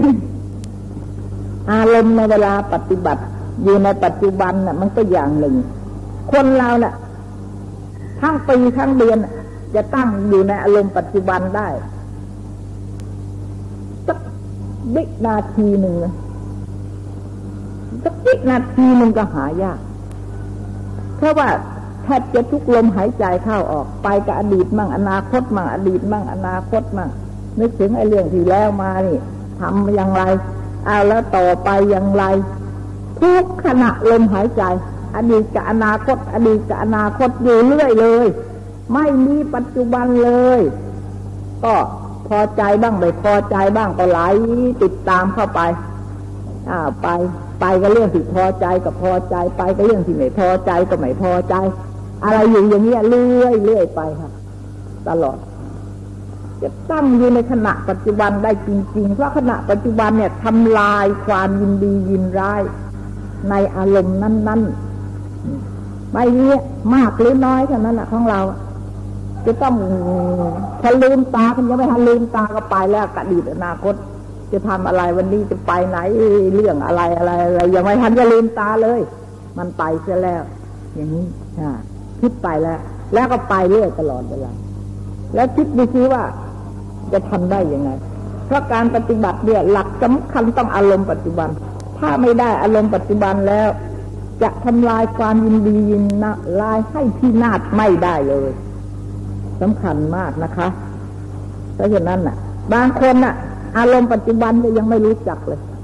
อารมณ์ในเวลาปฏิบัติอยู่ในปัจจุบันน่ะมันก็อย่างหนึ่งคนเราน่ะทั้งปีทั้งเดือนจะตั้งอยู่ในอารมณ์ปัจจุบันได้สักวินาทีหนึ่งสักวินาทีหนึ่งก็หายากเพราะว่าแทบจะทุกลมหายใจเข้าออกไปกับอดีตมั่งอนาคตมั่งอดีตมั่งอนาคตมั่งนึกถึงไอ้เรื่องที่แล้วมานี่ทำอย่างไรเอาแล้วต่อไปอย่างไรทุกขณะลมหายใจอดีตกับอนาคตอดีตกับอนาคตอยู่เรื่อยเลยไม่มีปัจจุบันเลยก็พอใจบ้างไม่พอใจบ้างก็ไหลติดตามเข้าไปอ่าไปไปก็เรื่องที่พอใจก็พอใจไปก็เรื่องที่ไม่พอใจก็ไม่พอใจอะไรอยู่อย่างนี้เรื่อยเรื่อยไปค่ะตลอดจะตั้งอยู่ในขณะปัจจุบันได้จริงๆเพราะขณะปัจจุบันเนี่ยทำลายความยินดียินร้ายในอารมณ์นั้นๆไม่เนี้ยมากหรือน้อยเท่านั้นแหละของเราจะต้องพอลืมตาคุณยังไม่ทันลืมตาก็ไปแล้วอดีตอนาคตจะทำอะไรวันนี้จะไปไหนเรื่องอะไรอะไรอะไรยังไม่ทันจะลืมตาเลยมันไปเสียแล้วอย่างนี้อ่าคิดไปแล้วแล้วก็ไปเรื่อยตลอดเวลาแล้วคิดดูซิว่าจะทำได้ยังไงเพราะการปฏิบัติเนี่ยหลักสำคัญต้องอารมณ์ปัจจุบันถ้าไม่ได้อารมณ์ปัจจุบันแล้วจะทำลายความยินดียินลายให้พินาศไม่ได้เลยสำคัญมากนะคะเพราะฉะนั้นน่ะบางคนน่ะอารมณ์ปัจจุบันก็ยังไม่รู้จักเลย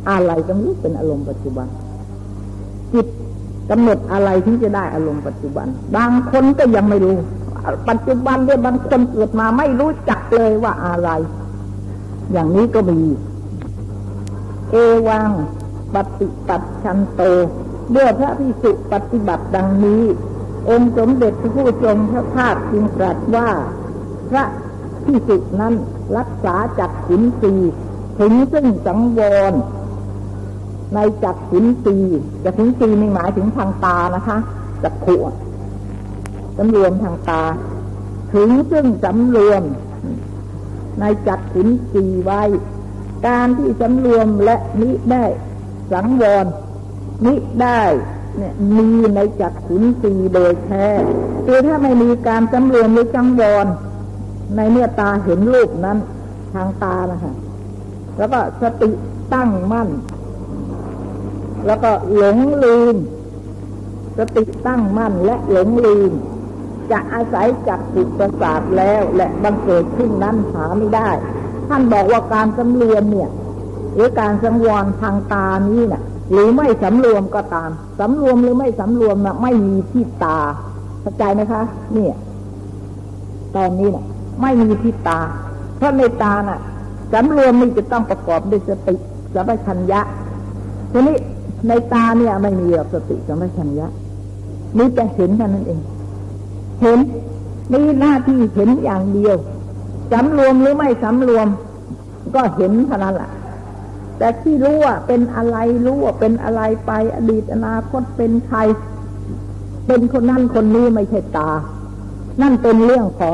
อะไรก็ไม่รู้เป็นอารมณ์ปัจจุบันจิตกำหนดอะไรถึงจะได้อารมณ์ปัจจุบันบางคนก็ยังไม่รู้ปัจจุบันเนี่ยบางคนเกิดมาไม่รู้จักเลยว่าอะไรอย่างนี้ก็มีเอวังปฏิปัตชันโตเมื่อพระภิกษุปฏิบัติดังนี้องค์สมเด็จพระผู้ทรงพระภาคจึงตรัสว่าพระภิกษุนั้นรักษาจักขุนสีถึงซึ่งสังวรในจักขุนสีจักขุนสีนี่หมายถึงทางตานะคะจักขุสำรวมทางตาถึงซึ่งสำรวมในจักขุนสีไว้การที่สำรวมและมิได้สังวรมิได้เนี่ยมีในจักขุนสีโดยแท้คือถ้าไม่มีการสำรวมหรือสังวรในเมื่อตาเห็นรูปนั้นทางตานะคะแล้วก็สติตั้งมั่นแล้วก็หลงลืมสติตั้งมั่นและหลงลืมจะอาศัยจักขุประสาทแล้วและบังเกิดขึ้นนั้นหาไม่ได้ท่านบอกว่าการสำรวมเนี่ยหรือการสังวรทางตานี้น่ะหรือไม่สำรวมก็ตามสำรวมหรือไม่สำรวมน่ะไม่มีที่ตาเข้าใจไหมคะเนี่ยตอนนี้น่ะไม่มีที่ตาเพราะในตาน่ะสำรวมนี่จะต้องประกอบด้วยสติสัมปชัญญะทีนี้ในตาเนี่ยไม่มีสติสัมปชัญญะนี่จะเห็นแค่นั้นเองเห็นมีหน้าที่เห็นอย่างเดียวสำรวมหรือไม่สำรวมก็เห็นเท่านั้นแหละแต่ที่รู้ว่าเป็นอะไรรู้ว่าเป็นอะไรไปอดีตอนาคตเป็นใครเป็นคนนั้นคนนี้ไม่ใช่ตานั่นเป็นเรื่องของ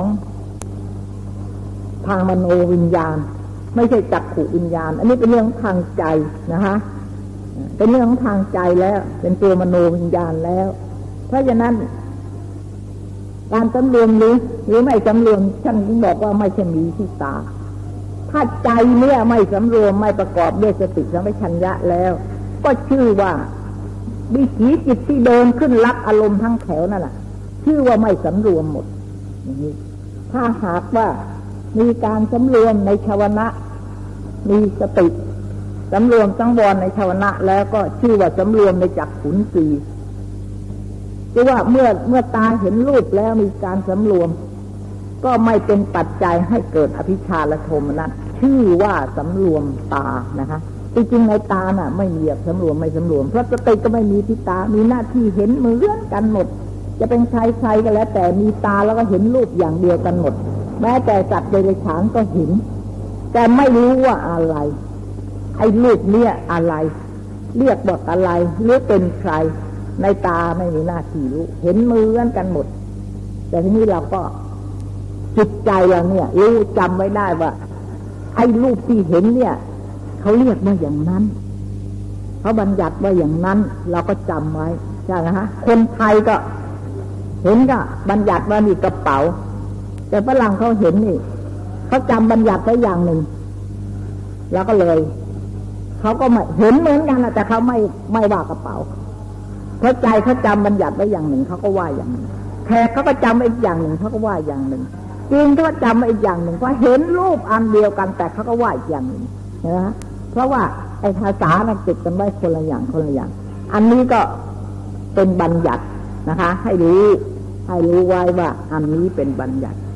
ทางมโนวิญญาณไม่ใช่จักขุวิญญาณอันนี้เป็นเรื่องทางใจนะคะเป็นเรื่องทางใจแล้วเป็นตัวมโนวิญญาณแล้วเพราะฉะนั้นการสำรวมหรือหรือไม่สำรวมท่านบอกว่าไม่ใช่มีที่ตาถ้าใจเนี่ยไม่สำรวมไม่ประกอบด้วยสติสัมปชัญญะแล้วก็ชื่อว่าวิถีจิตที่เดินขึ้นรับอารมณ์ทั้งแถวนั่นแหละชื่อว่าไม่สำรวมหมดอย่างนี้ถ้าหากว่ามีการสำรวมในชาวนะมีสติสำรวมสังวรในชาวนะแล้วก็ชื่อว่าสำรวมในจักขุนสีคือว่าเมื่อเมื่อตาเห็นรูปแล้วมีการสำรวมก็ไม่เป็นปัจจัยให้เกิดอภิชาและโทมนัสชื่อว่าสำรวมตานะคะจริงๆในตาน่ะไม่มีสำรวมไม่สำรวมเพราะสติก็ไม่มีที่ตามีหน้าที่เห็นเหมือนกันหมดจะเป็นใครใครก็แล้วแต่มีตาแล้วก็เห็นรูปอย่างเดียวกันหมดแม้แต่สัตว์เดรัจฉานก็เห็นแต่ไม่รู้ว่าอะไรไอ้รูปเนี่ยอะไรเรียกบอกอะไรหรือเป็นใครในตาไม่มีหน้าที่รู้เห็นเหมือนกันหมดแต่ทีนี้เราก็จิตใจเราเนี่ยรู้จำไว้ได้ว่าไอ้รูปที่เห็นเนี่ยเขาเรียกว่าอย่างนั้นเขาบัญญัติว่าอย่างนั้นเราก็จำไว้ใช่ไหมฮะคนไทยก็เห็นก็บัญญัติว่านี่กระเป๋าแต่ฝรั่งเขาเห็นนี่เขาจำบัญญัติไว้อย่างหนึ่งแล้วก็เลยเขาก็ไม่เห็นเหมือนกันแต่เขาไม่ไม่ว่ากระเป๋าเพราะใจเขาจำบัญญัติไว้อย่างหนึ่งเขาก็ว่าอย่างนึงแขกเขาก็จำไว้อีกอย่างหนึ่งเขาก็ว่าอย่างหนึ่งจีนเขาก็จำไว้อีกอย่างหนึ่งเพราะเห็นรูปอันเดียวกันแต่เขาก็ว่าอีกอย่างหนึ่งนะเพราะว่าไอ้ภาษามันติดกันไว้คนละอย่างคนละอย่างอันนี้ก็เป็นบัญญัตินะคะให้รู้ให้รู้ไว้ว่าอันนี้เป็นบัญญัติ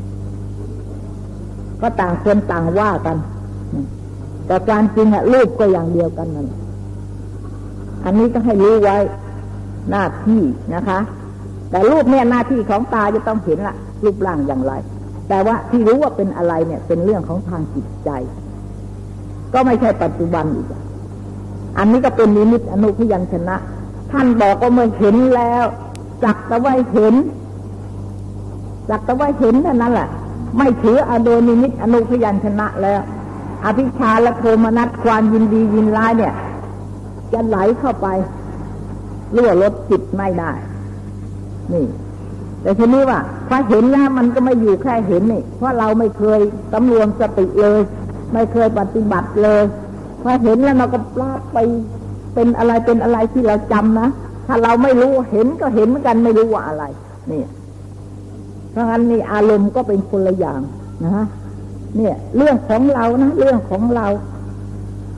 ก็ต่างคนต่างว่ากันแต่การจริงอะรูปก็อย่างเดียวกันนั่นอันนี้ก็ให้รู้ไว้หน้าที่นะคะแต่รูปเนี่ยหน้าที่ของตาจะต้องเห็นละรูปร่างอย่างไรแต่ว่าที่รู้ว่าเป็นอะไรเนี่ยเป็นเรื่องของทางจิตใจก็ไม่ใช่ปัจจุบันอีกอันนี้ก็เป็นนิมิตอนุพยัญชนะท่านบอกว่าเมื่อเห็นแล้วจักแต่ว่าเห็นจักแต่ว่าเห็นเท่านั้นแหละไม่ถือเอาโดยนิมิตอนุพยัญชนะแล้วอภิชาและโทมนัสความยินดียินร้ายเนี่ยจะไหลเข้าไปรั่วลดจิตไม่ได้นี่แต่ทีนี้ว่าพอเห็นแล้วมันก็ไม่อยู่แค่เห็นนี่เพราะเราไม่เคยสำรวมสติเลยไม่เคยปฏิบัติเลยพอเห็นแล้วเราก็ปลาไปเป็นอะไรเป็นอะไรที่เราจำนะถ้าเราไม่รู้เห็นก็เห็นเหมือนกันไม่รู้ว่าอะไรนี่เพราะงั้นนี่อารมณ์ก็เป็นคนละอย่างนะฮะเนี่ยเรื่องของเรานะเรื่องของเราค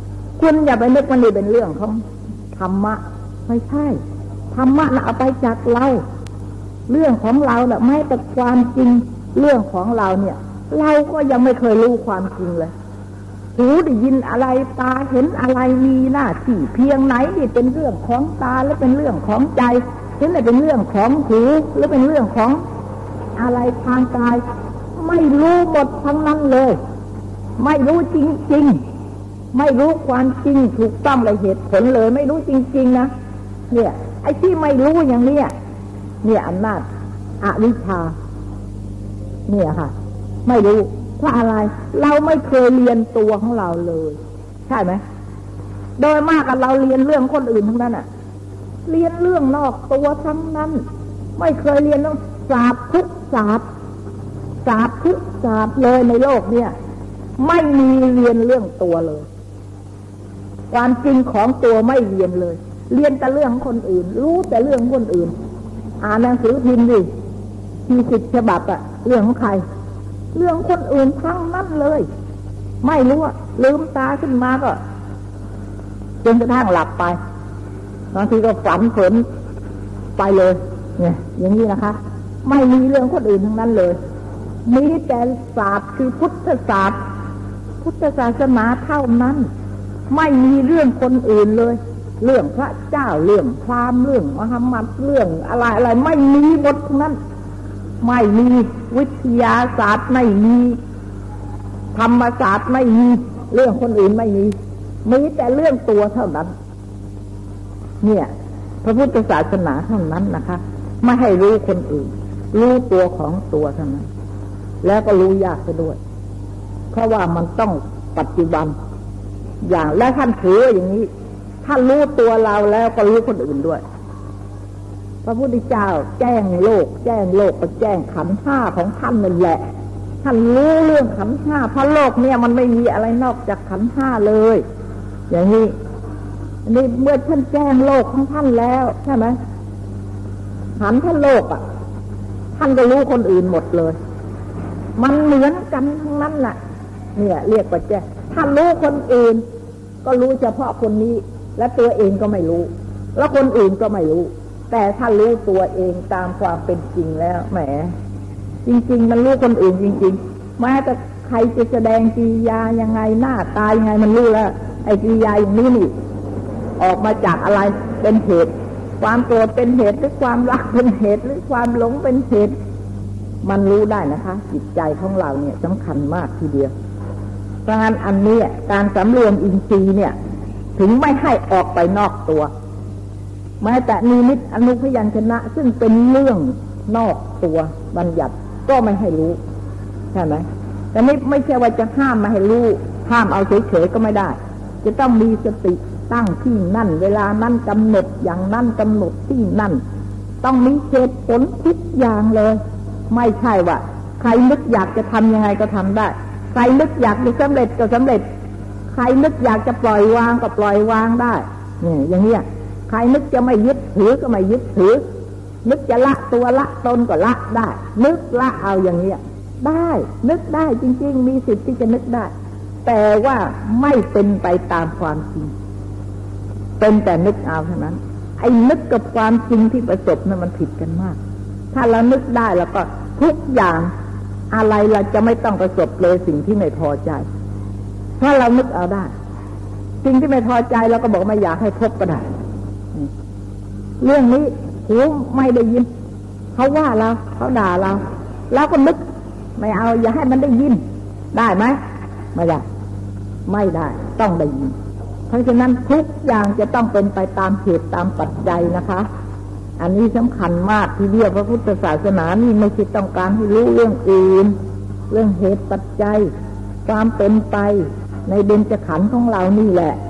คุณอย่าไปนึกว่านี่เป็นเรื่องของธรรมะไม่ใช่ธรรมะน่ะเอาไปจากเราเรื่องของเราแหละไม่แต่ความจริงเรื่องของเราเนี่ยเราก็ยังไม่เคยรู้ความจริงเลยหูได้ยินอะไรตาเห็นอะไรมีหน้าที่เพียงไหนนี่เป็นเรื่องของตาและเป็นเรื่องของใจเห็นอะไรเป็นเรื่องของหูหรือเป็นเรื่องของอะไรทางกายไม่รู้หมดทั้งนั้นเลยไม่รู้จริงๆไม่รู้ความจริงถูกต้องเลยเหตุผลเลยไม่รู้จริงๆนะเนี่ยไอ้ที่ไม่รู้อย่างเนี้ยเนี่ยอำนาจอวิชชาเนี่ยค่ะไม่รู้เพราะอะไรเราไม่เคยเรียนตัวของเราเลยใช่ไหมโดยมากเราเรียนเรื่องคนอื่นทั้งนั้นอ่ะเรียนเรื่องนอกตัวทั้งนั้นไม่เคยเรียนเรื่องศาสตร์ทุกศาสตร์ศาสตร์ทุกศาสตร์เลยในโลกเนี่ยไม่มีเรียนเรื่องตัวเลยความจริงของตัวไม่เรียนเลยเรียนแต่เรื่องคนอื่นรู้แต่เรื่องคนอื่นอ่านหนังสือพิมพ์ดิที่สิบฉบับอะเรื่องของใครเรื่องคนอื่นทั้งนั้นเลยไม่รู้อะลืมตาขึ้นมาก็จนกระทั่งหลับไปบางทีก็ฝันเผินไปเลยเนี่ยอย่างนี้นะคะไม่มีเรื่องคนอื่นทั้งนั้นเลยมีแต่ศาสตร์คือพุทธศาสตร์พุทธศาสนาเท่านั้นไม่มีเรื่องคนอื่นเลยเรื่องพระเจ้าเรื่องพราหมณ์เรื่องมหามัดเรื่องอะไรอะไรไม่มีหมดทั้งนั้นไม่มีวิทยาศาสตร์ไม่มีธรรมศาสตร์ไม่มีเรื่องคนอื่นไม่มีมีแต่เรื่องตัวเท่านั้นเนี่ยพระพุทธศาสนาเท่านั้นนะคะไม่ให้รู้คนอื่นรู้ตัวของตัวเท่านั้นแล้วก็รู้ยากไปด้วยเพราะว่ามันต้องปัจจุบันอย่างและท่านถืออย่างนี้ท่านรู้ตัวเราแล้วก็รู้คนอื่นด้วยพระพุทธเจ้าแจ้งโลกแจ้งโลกก็แจ้งขันธ์ห้าของท่านนั่นแหละท่านรู้เรื่องขันธ์ห้าเพราะโลกเนี่ยมันไม่มีอะไรนอกจากขันธ์ห้าเลยอย่างนี้นี่เมื่อท่านแจ้งโลกของท่านแล้วใช่ไหมขันธ์ท่านโลกอ่ะท่านก็รู้คนอื่นหมดเลยมันเหมือนกันทั้งนั้นแหละเนี่ยเรียกว่าแจ้งท่านรู้คนอื่นก็รู้เฉพาะคนนี้และตัวเองก็ไม่รู้แล้วคนอื่นก็ไม่รู้แต่ถ้ารู้ตัวเองตามความเป็นจริงแล้วแหมจริงๆมันรู้คนอื่นจริงๆแม้แต่ใครจะแสดงกิริยายังไงหน้าตายังไงมันรู้แล้วไอ้กิริยาอย่างนี้นี่ออกมาจากอะไรเป็นเหตุความโกรธเป็นเหตุหรือความรักเป็นเหตุหรือความหลงเป็นเหตุมันรู้ได้นะคะจิตใจของเราเนี่ยสำคัญมากทีเดียวเพราะงั้นอันนี้การสำรวมอินทรีย์เนี่ยถึงไม่ให้ออกไปนอกตัวแม้แต่นิมิตอนุพยัญชนะซึ่งเป็นเรื่องนอกตัวบัญญัติก็ไม่ให้รู้ใช่ไหมแต่นี่ไม่ใช่ว่าจะห้ามมาให้รู้ห้ามเอาเฉยๆก็ไม่ได้จะต้องมีสติตั้งที่นั่นเวลานั้นกำหนดอย่างนั้นกำหนดที่นั่นต้องมีเหตุผลทุกอย่างเลยไม่ใช่ว่าใครนึกอยากจะทำยังไงก็ทำได้ใครนึกอยากจะสำเร็จก็สำเร็จใครนึกอยากจะปล่อยวางก็ปล่อยวางได้เนี่ยอย่างเนี้ยใครนึกจะไม่ยึดถือก็ไม่ยึดถือนึกจะละตัวละตนก็ละได้นึกละเอาอย่างเนี้ยได้นึกได้จริงๆมีสิทธิ์ที่จะนึกได้แต่ว่าไม่เป็นไปตามความจริงเป็นแต่นึกเอาเท่านั้นไอ้นึกกับความจริงที่ประสบนั้นมันผิดกันมากถ้าเรานึกได้แล้วก็ทุกอย่างอะไรเราจะไม่ต้องประสบเลยสิ่งที่ไม่พอใจถ้าเรานึกเอาได้สิ่งที่ไม่พอใจเราก็บอกไม่อยากให้พบก็ได้เรื่องนี้หูไม่ได้ยินเขาว่าเราเขาด่าเราเราก็นึกไม่เอาอย่าให้มันได้ยินได้ไหมไม่ได้ไม่ได้ต้องได้ยินเพราะฉะนั้นทุกอย่างจะต้องเป็นไปตามเหตุตามปัจจัยนะคะอันนี้สำคัญมากที่เรียกพระพุทธศาสนานี่ไม่ใช่ต้องการให้รู้เรื่องอื่นเรื่องเหตุปัจจัยความเป็นไปในเบญจขันธ์ของเรานี่แหละ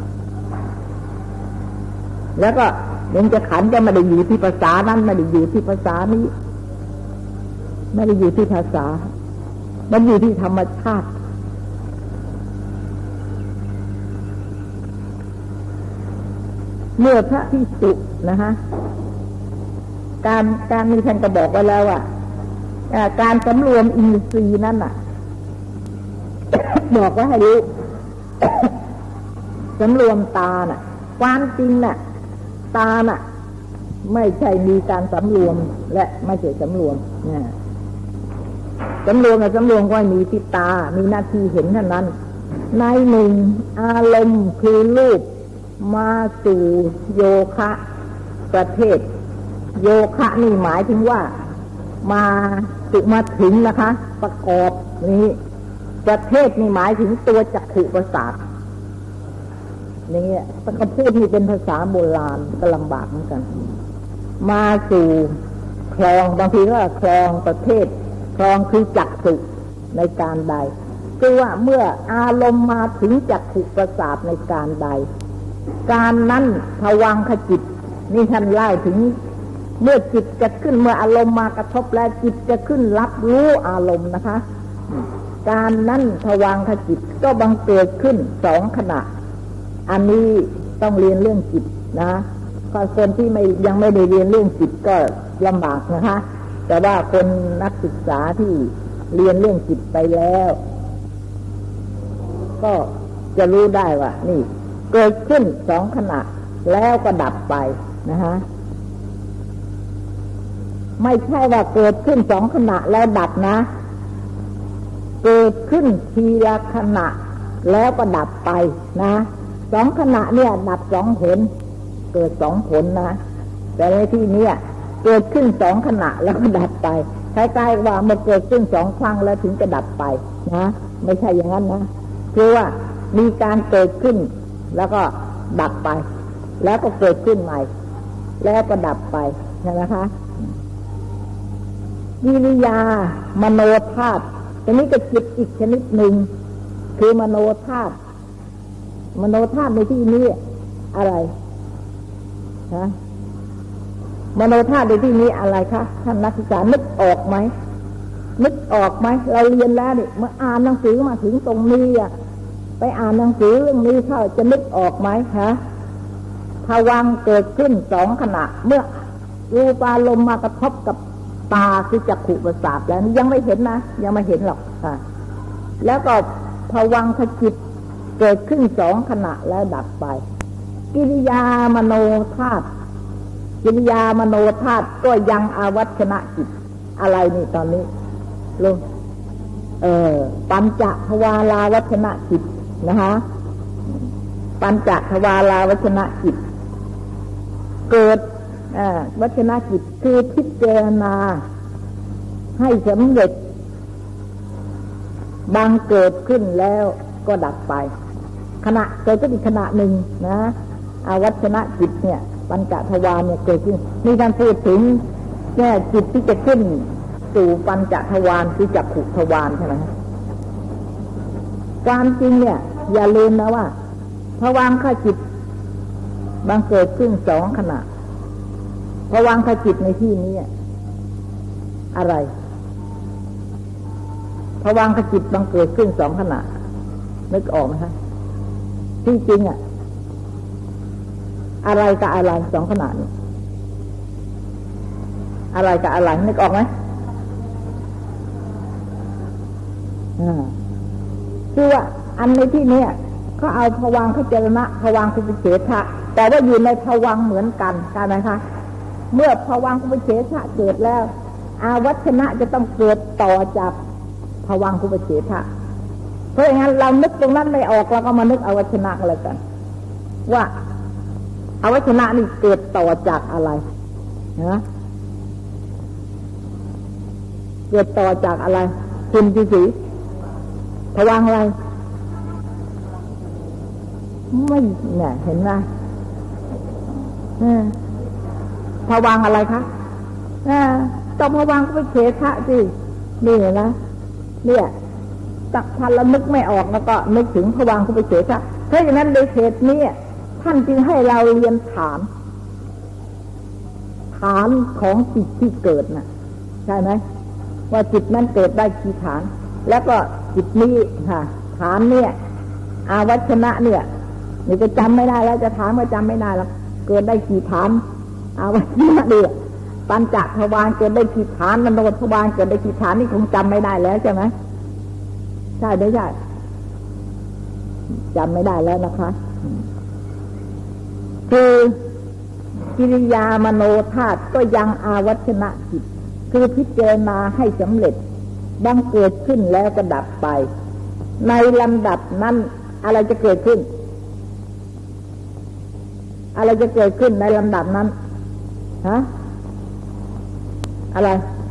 แล้วก็เบญจขันธ์จะไม่ได้อยู่ที่ภาษานั้นไม่ได้อยู่ที่ภาษานี้ไม่ได้อยู่ที่ภาษามันอยู่ที่ธรรมชาติเมื่อพระภิกษุนะคะการการนี้ท่านก็บอกไว้แล้วว่าการสำรวมอินทรีย์นั้นน่ะ บอกว่าให้รู้สำรวมตาน่ะความจริงน่ะตาน่ะไม่ใช่มีการสำรวมและไม่ใช่สำรวมเนี่ยสำรวมกับสำรวมก็มีที่ตามีหน้าที่เห็นเท่านั้นในหนึ่งอารมณ์คือรูปมาสู่โยคะประเทศโยคะนี่หมายถึงว่ามาถึงมาถึงนะคะประกอบนี้ประเทศนี่หมายถึงตัวจักขุประสาทนี่ถ้าเขาพูดนี่เป็นภาษาโบราณก็ลำบากเหมือนกันมาสู่คลองบางทีก็คลองประเทศคลองคือจักขุในการใดคือว่าเมื่ออารมณ์มาถึงจักขุประสาทในการใดการนั้นภวังคจิตนี่ท่านเล่าถึงเมื่อจิตจะขึ้นเมื่ออารมณ์มากระทบแล้วจิตจะขึ้นรับรู้อารมณ์นะคะการนั้นภวังคจิตก็บังเกิดขึ้นสองขณะอันนี้ต้องเรียนเรื่องจิตนะคนที่ไม่ยังไม่ได้เรียนเรื่องจิตก็ลำบากนะคะแต่ว่าคนนักศึกษาที่เรียนเรื่องจิตไปแล้วก็จะรู้ได้ว่านี่เกิดขึ้นสองขณะแล้วก็ดับไปนะคะไม่ใช่ว่าเกิดขึ้นสองขณะแล้วดับนะเกิดขึ้นทีละขณะแล้วก็ดับไปนะสองขณะเนี่ยดับสองผลเกิดสองผลนะแต่ในที่นี้เกิดขึ้นสองขณะแล้วก็ดับไปคล้ายๆว่าเมื่อเกิดขึ้นสองครั้งแล้วถึงจะดับไปนะไม่ใช่อย่างนั้นนะคือว่ามีการเกิดขึ้นแล้วก็ดับไปแล้วก็เกิดขึ้นใหม่แล้วก็ดับไปใช่ไหมคะวิริยามโนธาตุอันนี้ก็จิตอีกชนิดหนึ่งคือมโนธาตุมโนธาตุในที่นี้อะไรฮะมโนธาตุในที่นี้อะไรคะท่านนักศึกษานึกออกไหมนึกออกไหมเราเรียนแล้วนี่เมื่ออ่านหนังสือมาถึงตรงนี้อ่ะไปอ่านหนังสือเรื่องนี้เข้าจะนึกออกไหมฮะภวังค์เกิดขึ้นสองขณะเมื่อรูปารมณ์มากระทบกับตาคือจักขุประสาทแล้วยังไม่เห็นนะยังไม่เห็นหรอกค่ะแล้วก็ภวังคจิตเกิดขึ้นสองขณะแล้วดับไปกิริยามโนธาตุกิริยามโนธาตุก็ยังอาวัชนะจิตอะไรนี่ตอนนี้ลุงเออปัญจทวาราวัชนะจิตนะคะปัญจทวาราวัชนะจิตเกิดวัชนะจิตคือพิจารณาให้สำเร็จบางเกิดขึ้นแล้วก็ดับไปขณะเกิดขึ้นอีกขณะหนึ่งนะอาวัชนะจิตเนี่ยปัญจทวารเนี่ยเกิดขึ้นนี่ท่านพูดถึงแค่จิตที่จะขึ้นสู่ปัญจทวารคือจักขุทวารใช่ไหมความจริงเนี่ยอย่าลืมนะว่าภวังคจิตบางเกิดขึ้นสองขณะภวังคจิตในที่นี้อะไรภวังคจิตบางเกิดขึ้นสองขณะนึกออกไหมคะที่จริงอ่ะอะไรกับอะไรสองขณะนี้อะไรกับอะไรนึกออกไหมอ่าคือว่าอันในที่นี้เขาเอาภวังคเจรณะภวังคุปเฉทะแต่ว่าอยู่ในภวังเหมือนกันใช่ไหมคะเมื่อภวังคุปเฉทะเกิดแล้วอาวัชนะจะต้องเกิดต่อจากภวังคุปเฉทะเพราะอย่างนั้นเรานึกตรงนั้นไม่ออกเราก็มานึกอวัชนะกันเลยกันว่าอวัชนะนี่เกิดต่อจากอะไรนะเกิดต่อจากอะไรคุณจีสีภวังอะไรไม่เนี่ยเห็นไหมภวังอะไรคะต้องภวังก็ไปเฉทะสินี่นะเนี่ยตักทันแล้วนึกไม่ออกแล้วก็นึกถึงภวังก็ไปเฉทะเพราะฉะนั้นโดยเหตุนี้ท่านจึงให้เราเรียนฐานฐานของจิตที่เกิดน่ะใช่ไหมว่าจิตนั้นเกิดได้กี่ฐานแล้วก็จิตนี้ค่ะฐานเนี่ยอาวัชนะเนี่ยนี่จะจำไม่ได้แล้วจะถามว่าจำไม่ได้แล้วเกิดได้กี่ฐานอาวัชนะเดียปัญจทวารเกิดได้กี่ฐานมโนทวารเกิดได้กี่ฐานนี่คงจำไม่ได้แล้วใช่ไหมใช่ไม่ใช่จำไม่ได้แล้วนะคะคือกิริยามโนธาตุก็ยังอาวัชนะจิตคือพิจารณาให้สำเร็จบังเกิดขึ้นแล้วก็ดับไปในลำดับนั้นอะไรจะเกิดขึ้นอะไรจะเกิดขึ้นในลำดับนั้นฮะอะไร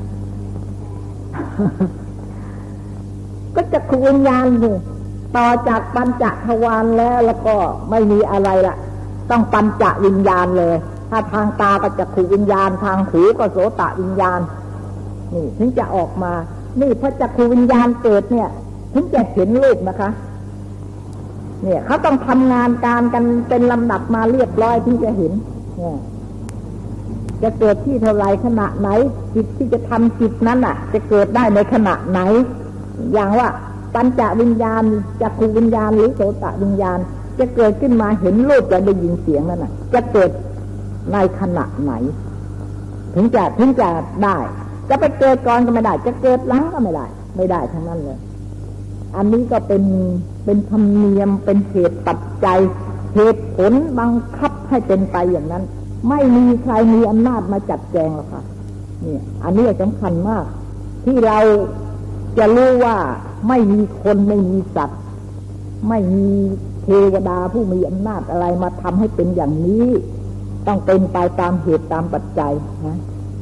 ก็จะขูวิญญาณนี่ต่อจากปัญจทวารแล้วแล้วก็ไม่มีอะไรละต้องปัญจวิญญาณเลยถ้าทางตาก็จะขูวิญญาณทางหูก็โสตวิญญาณนี่ถึงจะออกมานี่พระจักขูวิญญาณเกิดเนี่ยถึงจะเห็นรูปนะคะเนี่ยเขาต้องทำงานการกันเป็นลำดับมาเรียบร้อยถึงจะเห็นเนี่ยจะเกิดที่เท่าไรขณะไหนจิตที่จะทำจิตนั้นอ่ะจะเกิดได้ในขณะไหนอย่างว่าปัญจวิญญาณจักขูวิญญาณหรือโสตวิญญาณจะเกิดขึ้นมาเห็นรูปและได้ยินเสียงนั่นน่ะจะเกิดในขณะไหนถึงจะถึงจะได้จะไปเกิดก่อนก็ไม่ได้จะเกิดหลังก็ไม่ได้ไม่ได้ทั้งนั้นเลยอันนี้ก็เป็นเป็นธรรมเนียมเป็นเหตุปัจจัยเหตุผลบังคับให้เป็นไปอย่างนั้นไม่มีใครมีอำนาจมาจัดแจงหรอกค่ะนี่อันนี้สำคัญมากที่เราจะรู้ว่าไม่มีคนไม่มีสัตว์ไม่มีเทวดาผู้มีอำนาจอะไรมาทำให้เป็นอย่างนี้ต้องเป็นไปตามเหตุตามปัจจัยนะ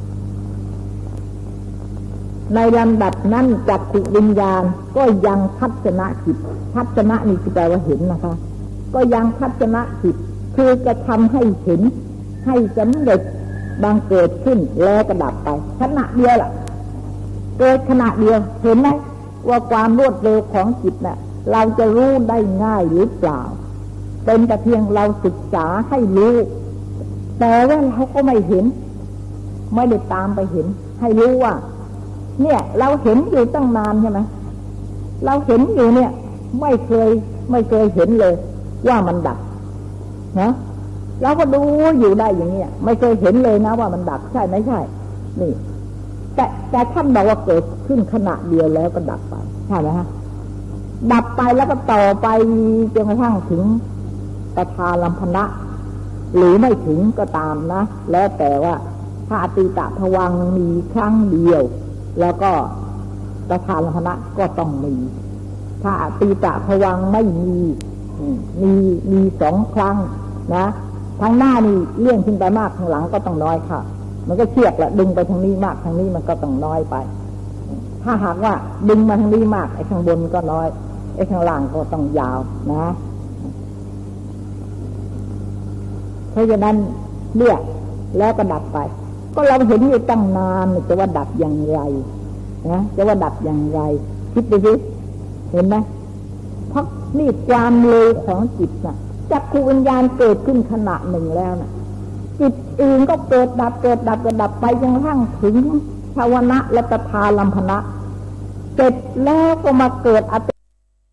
ในลำดับนั้นจักขุวิญญาณก็ยังทัศนะจิตทัศนะนี่แปลว่าเห็นนะคะก็ยังทัศนะจิตคือจะทำให้เห็นให้สำเร็จบังเกิดขึ้นแล้วก็ดับไปขณะเดียวล่ะเกิดขณะเดียวเห็นไหมว่าความรวดเร็วของจิตน่ะเราจะรู้ได้ง่ายหรือเปล่าเป็นแต่เพียงเราศึกษาให้รู้แต่ว่าเราก็ไม่เห็นไม่ได้ตามไปเห็นให้รู้ว่าเนี่ยเราเห็นอยู่ตั้งนานใช่ไหมเราเห็นอยู่เนี่ยไม่เคยไม่เคยเห็นเลยว่ามันดับนะเราก็ดูอยู่ได้อย่างเนี้ยไม่เคยเห็นเลยนะว่ามันดับใช่ไม่ใช่นี่แต่แต่ท่านบอกว่าเกิดขึ้นขณะเดียวแล้วก็ดับไปใช่ไหมฮะดับไปแล้วก็ต่อไปจนกระทั่งถึงตถาลัมพนะหรือไม่ถึงก็ตามนะแล้วแต่ว่าถ้าอติตะภวังค์มีครั้งเดียวแล้วก็ตถาลัมพนะก็ต้องมีถ้าอติตะภวังค์ไม่มีมีมีสองครั้งนะทางหน้านี่เลื่อนขึ้นไปมากทางหลังก็ต้องน้อยค่ะมันก็เชือกละดึงไปทางนี้มากทางนี้มันก็ต้องน้อยไปถ้าหากว่าดึงมาทางนี้มากไอ้ข้างบนก็น้อยไอ้ข้างล่างก็ต้องยาวนะเพราะฉะนั้นเรียกแล้วก็ดับไปก็เราเห็นอยู่ตั้งนานจะว่าดับอย่างไรนะจะว่าดับอย่างไรคิดดูสิเห็นไหมเพราะนี่ความเร็วของจิตน่ะจักขุวิญญาณเกิดขึ้นขณะหนึ่งแล้วน่ะจิตอื่นก็เกิดดับเกิดดับเกิดดับไปจนกระทั่งถึงชาวนะและตถาลัมพนะเสร็จแล้วก็มาเกิดอติ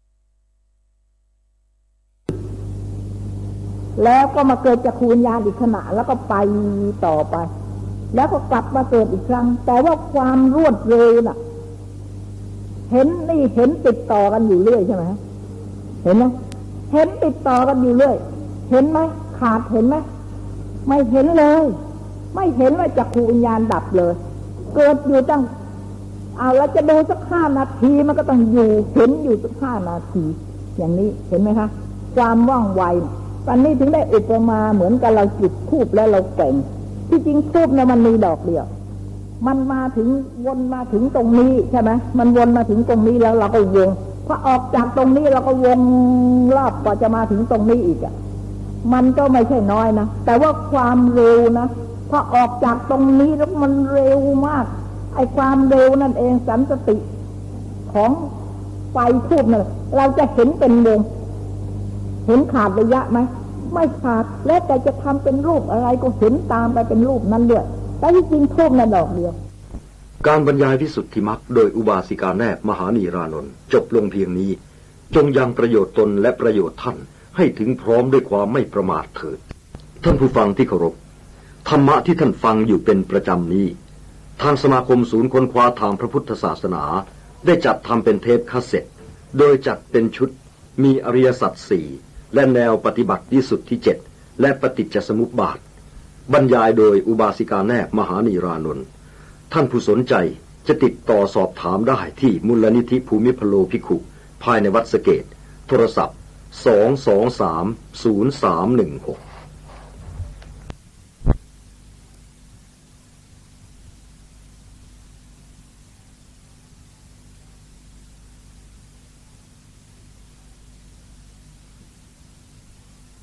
แล้วก็มาเกิดจักขุวิญญาณอีกขณะแล้วก็ไปต่อไปแล้วก็กลับมาเกิดอีกครั้งแต่ว่าความรวดเร็วน่ะเห็นนี่เห็นติดต่อกันอยู่เรื่อยใช่ไหมเห็นไหมเห็นติดต่อกันอยู่เรื่อยเห็นไหมขาดเห็นไหมไม่เห็นเลยไม่เห็นว่าจักขุวิญญาณดับเลยเกิดอยู่ตั้งเอาแล้วจะดูสักห้านาทีมันก็ต้องอยู่เห็นอยู่สักห้านาทีอย่างนี้เห็นไหมคะความว่องไวตอนนี้ถึงได้อุปมาเหมือนกับเราจุดธูปแล้วเราแกว่งที่จริงธูปเนี่ยมันมีดอกเดียวมันมาถึงวนมาถึงตรงนี้ใช่ไหมมันวนมาถึงตรงนี้แล้วเราก็วงพอออกจากตรงนี้เราก็วงรอบกว่าจะมาถึงตรงนี้อีกอ่ะมันก็ไม่ใช่น้อยนะแต่ว่าความเร็วนะพอออกจากตรงนี้แล้วมันเร็วมากไอ้ความเร็วนั่นเองสันสติของไฟธูปนั่นเราจะเห็นเป็นวงเห็นขาดระยะไหมไม่ขาดแล้วแต่จะทำเป็นรูปอะไรก็เห็นตามไปเป็นรูปนั้นด้วยแต่ที่จริงธูปนั่นดอกเดียวการบรรยายวิสุทธิมรรคโดยอุบาสิกาแนบมหานีรานนท์จบลงเพียงนี้จงยังประโยชน์ตนและประโยชน์ท่านให้ถึงพร้อมด้วยความไม่ประมาทเถิดท่านผู้ฟังที่เคารพธรรมะที่ท่านฟังอยู่เป็นประจำนี้ทางสมาคมศูนย์ค้นคว้าทางพระพุทธศาสนาได้จัดทำเป็นเทปคาสเซ็ตโดยจัดเป็นชุดมีอริยสัจสี่และแนวปฏิบัติวิสุทธิเจ็ดและปฏิจจสมุปบาทบรรยายโดยอุบาสิกาแนบมหานีรานนท์ท่านผู้สนใจจะติดต่อสอบถามได้ที่มูลนิธิภูมิพโลภิกขุภายในวัดสะเกษโทรศัพท์สอง สอง สาม ศูนย์ สาม หนึ่ง หก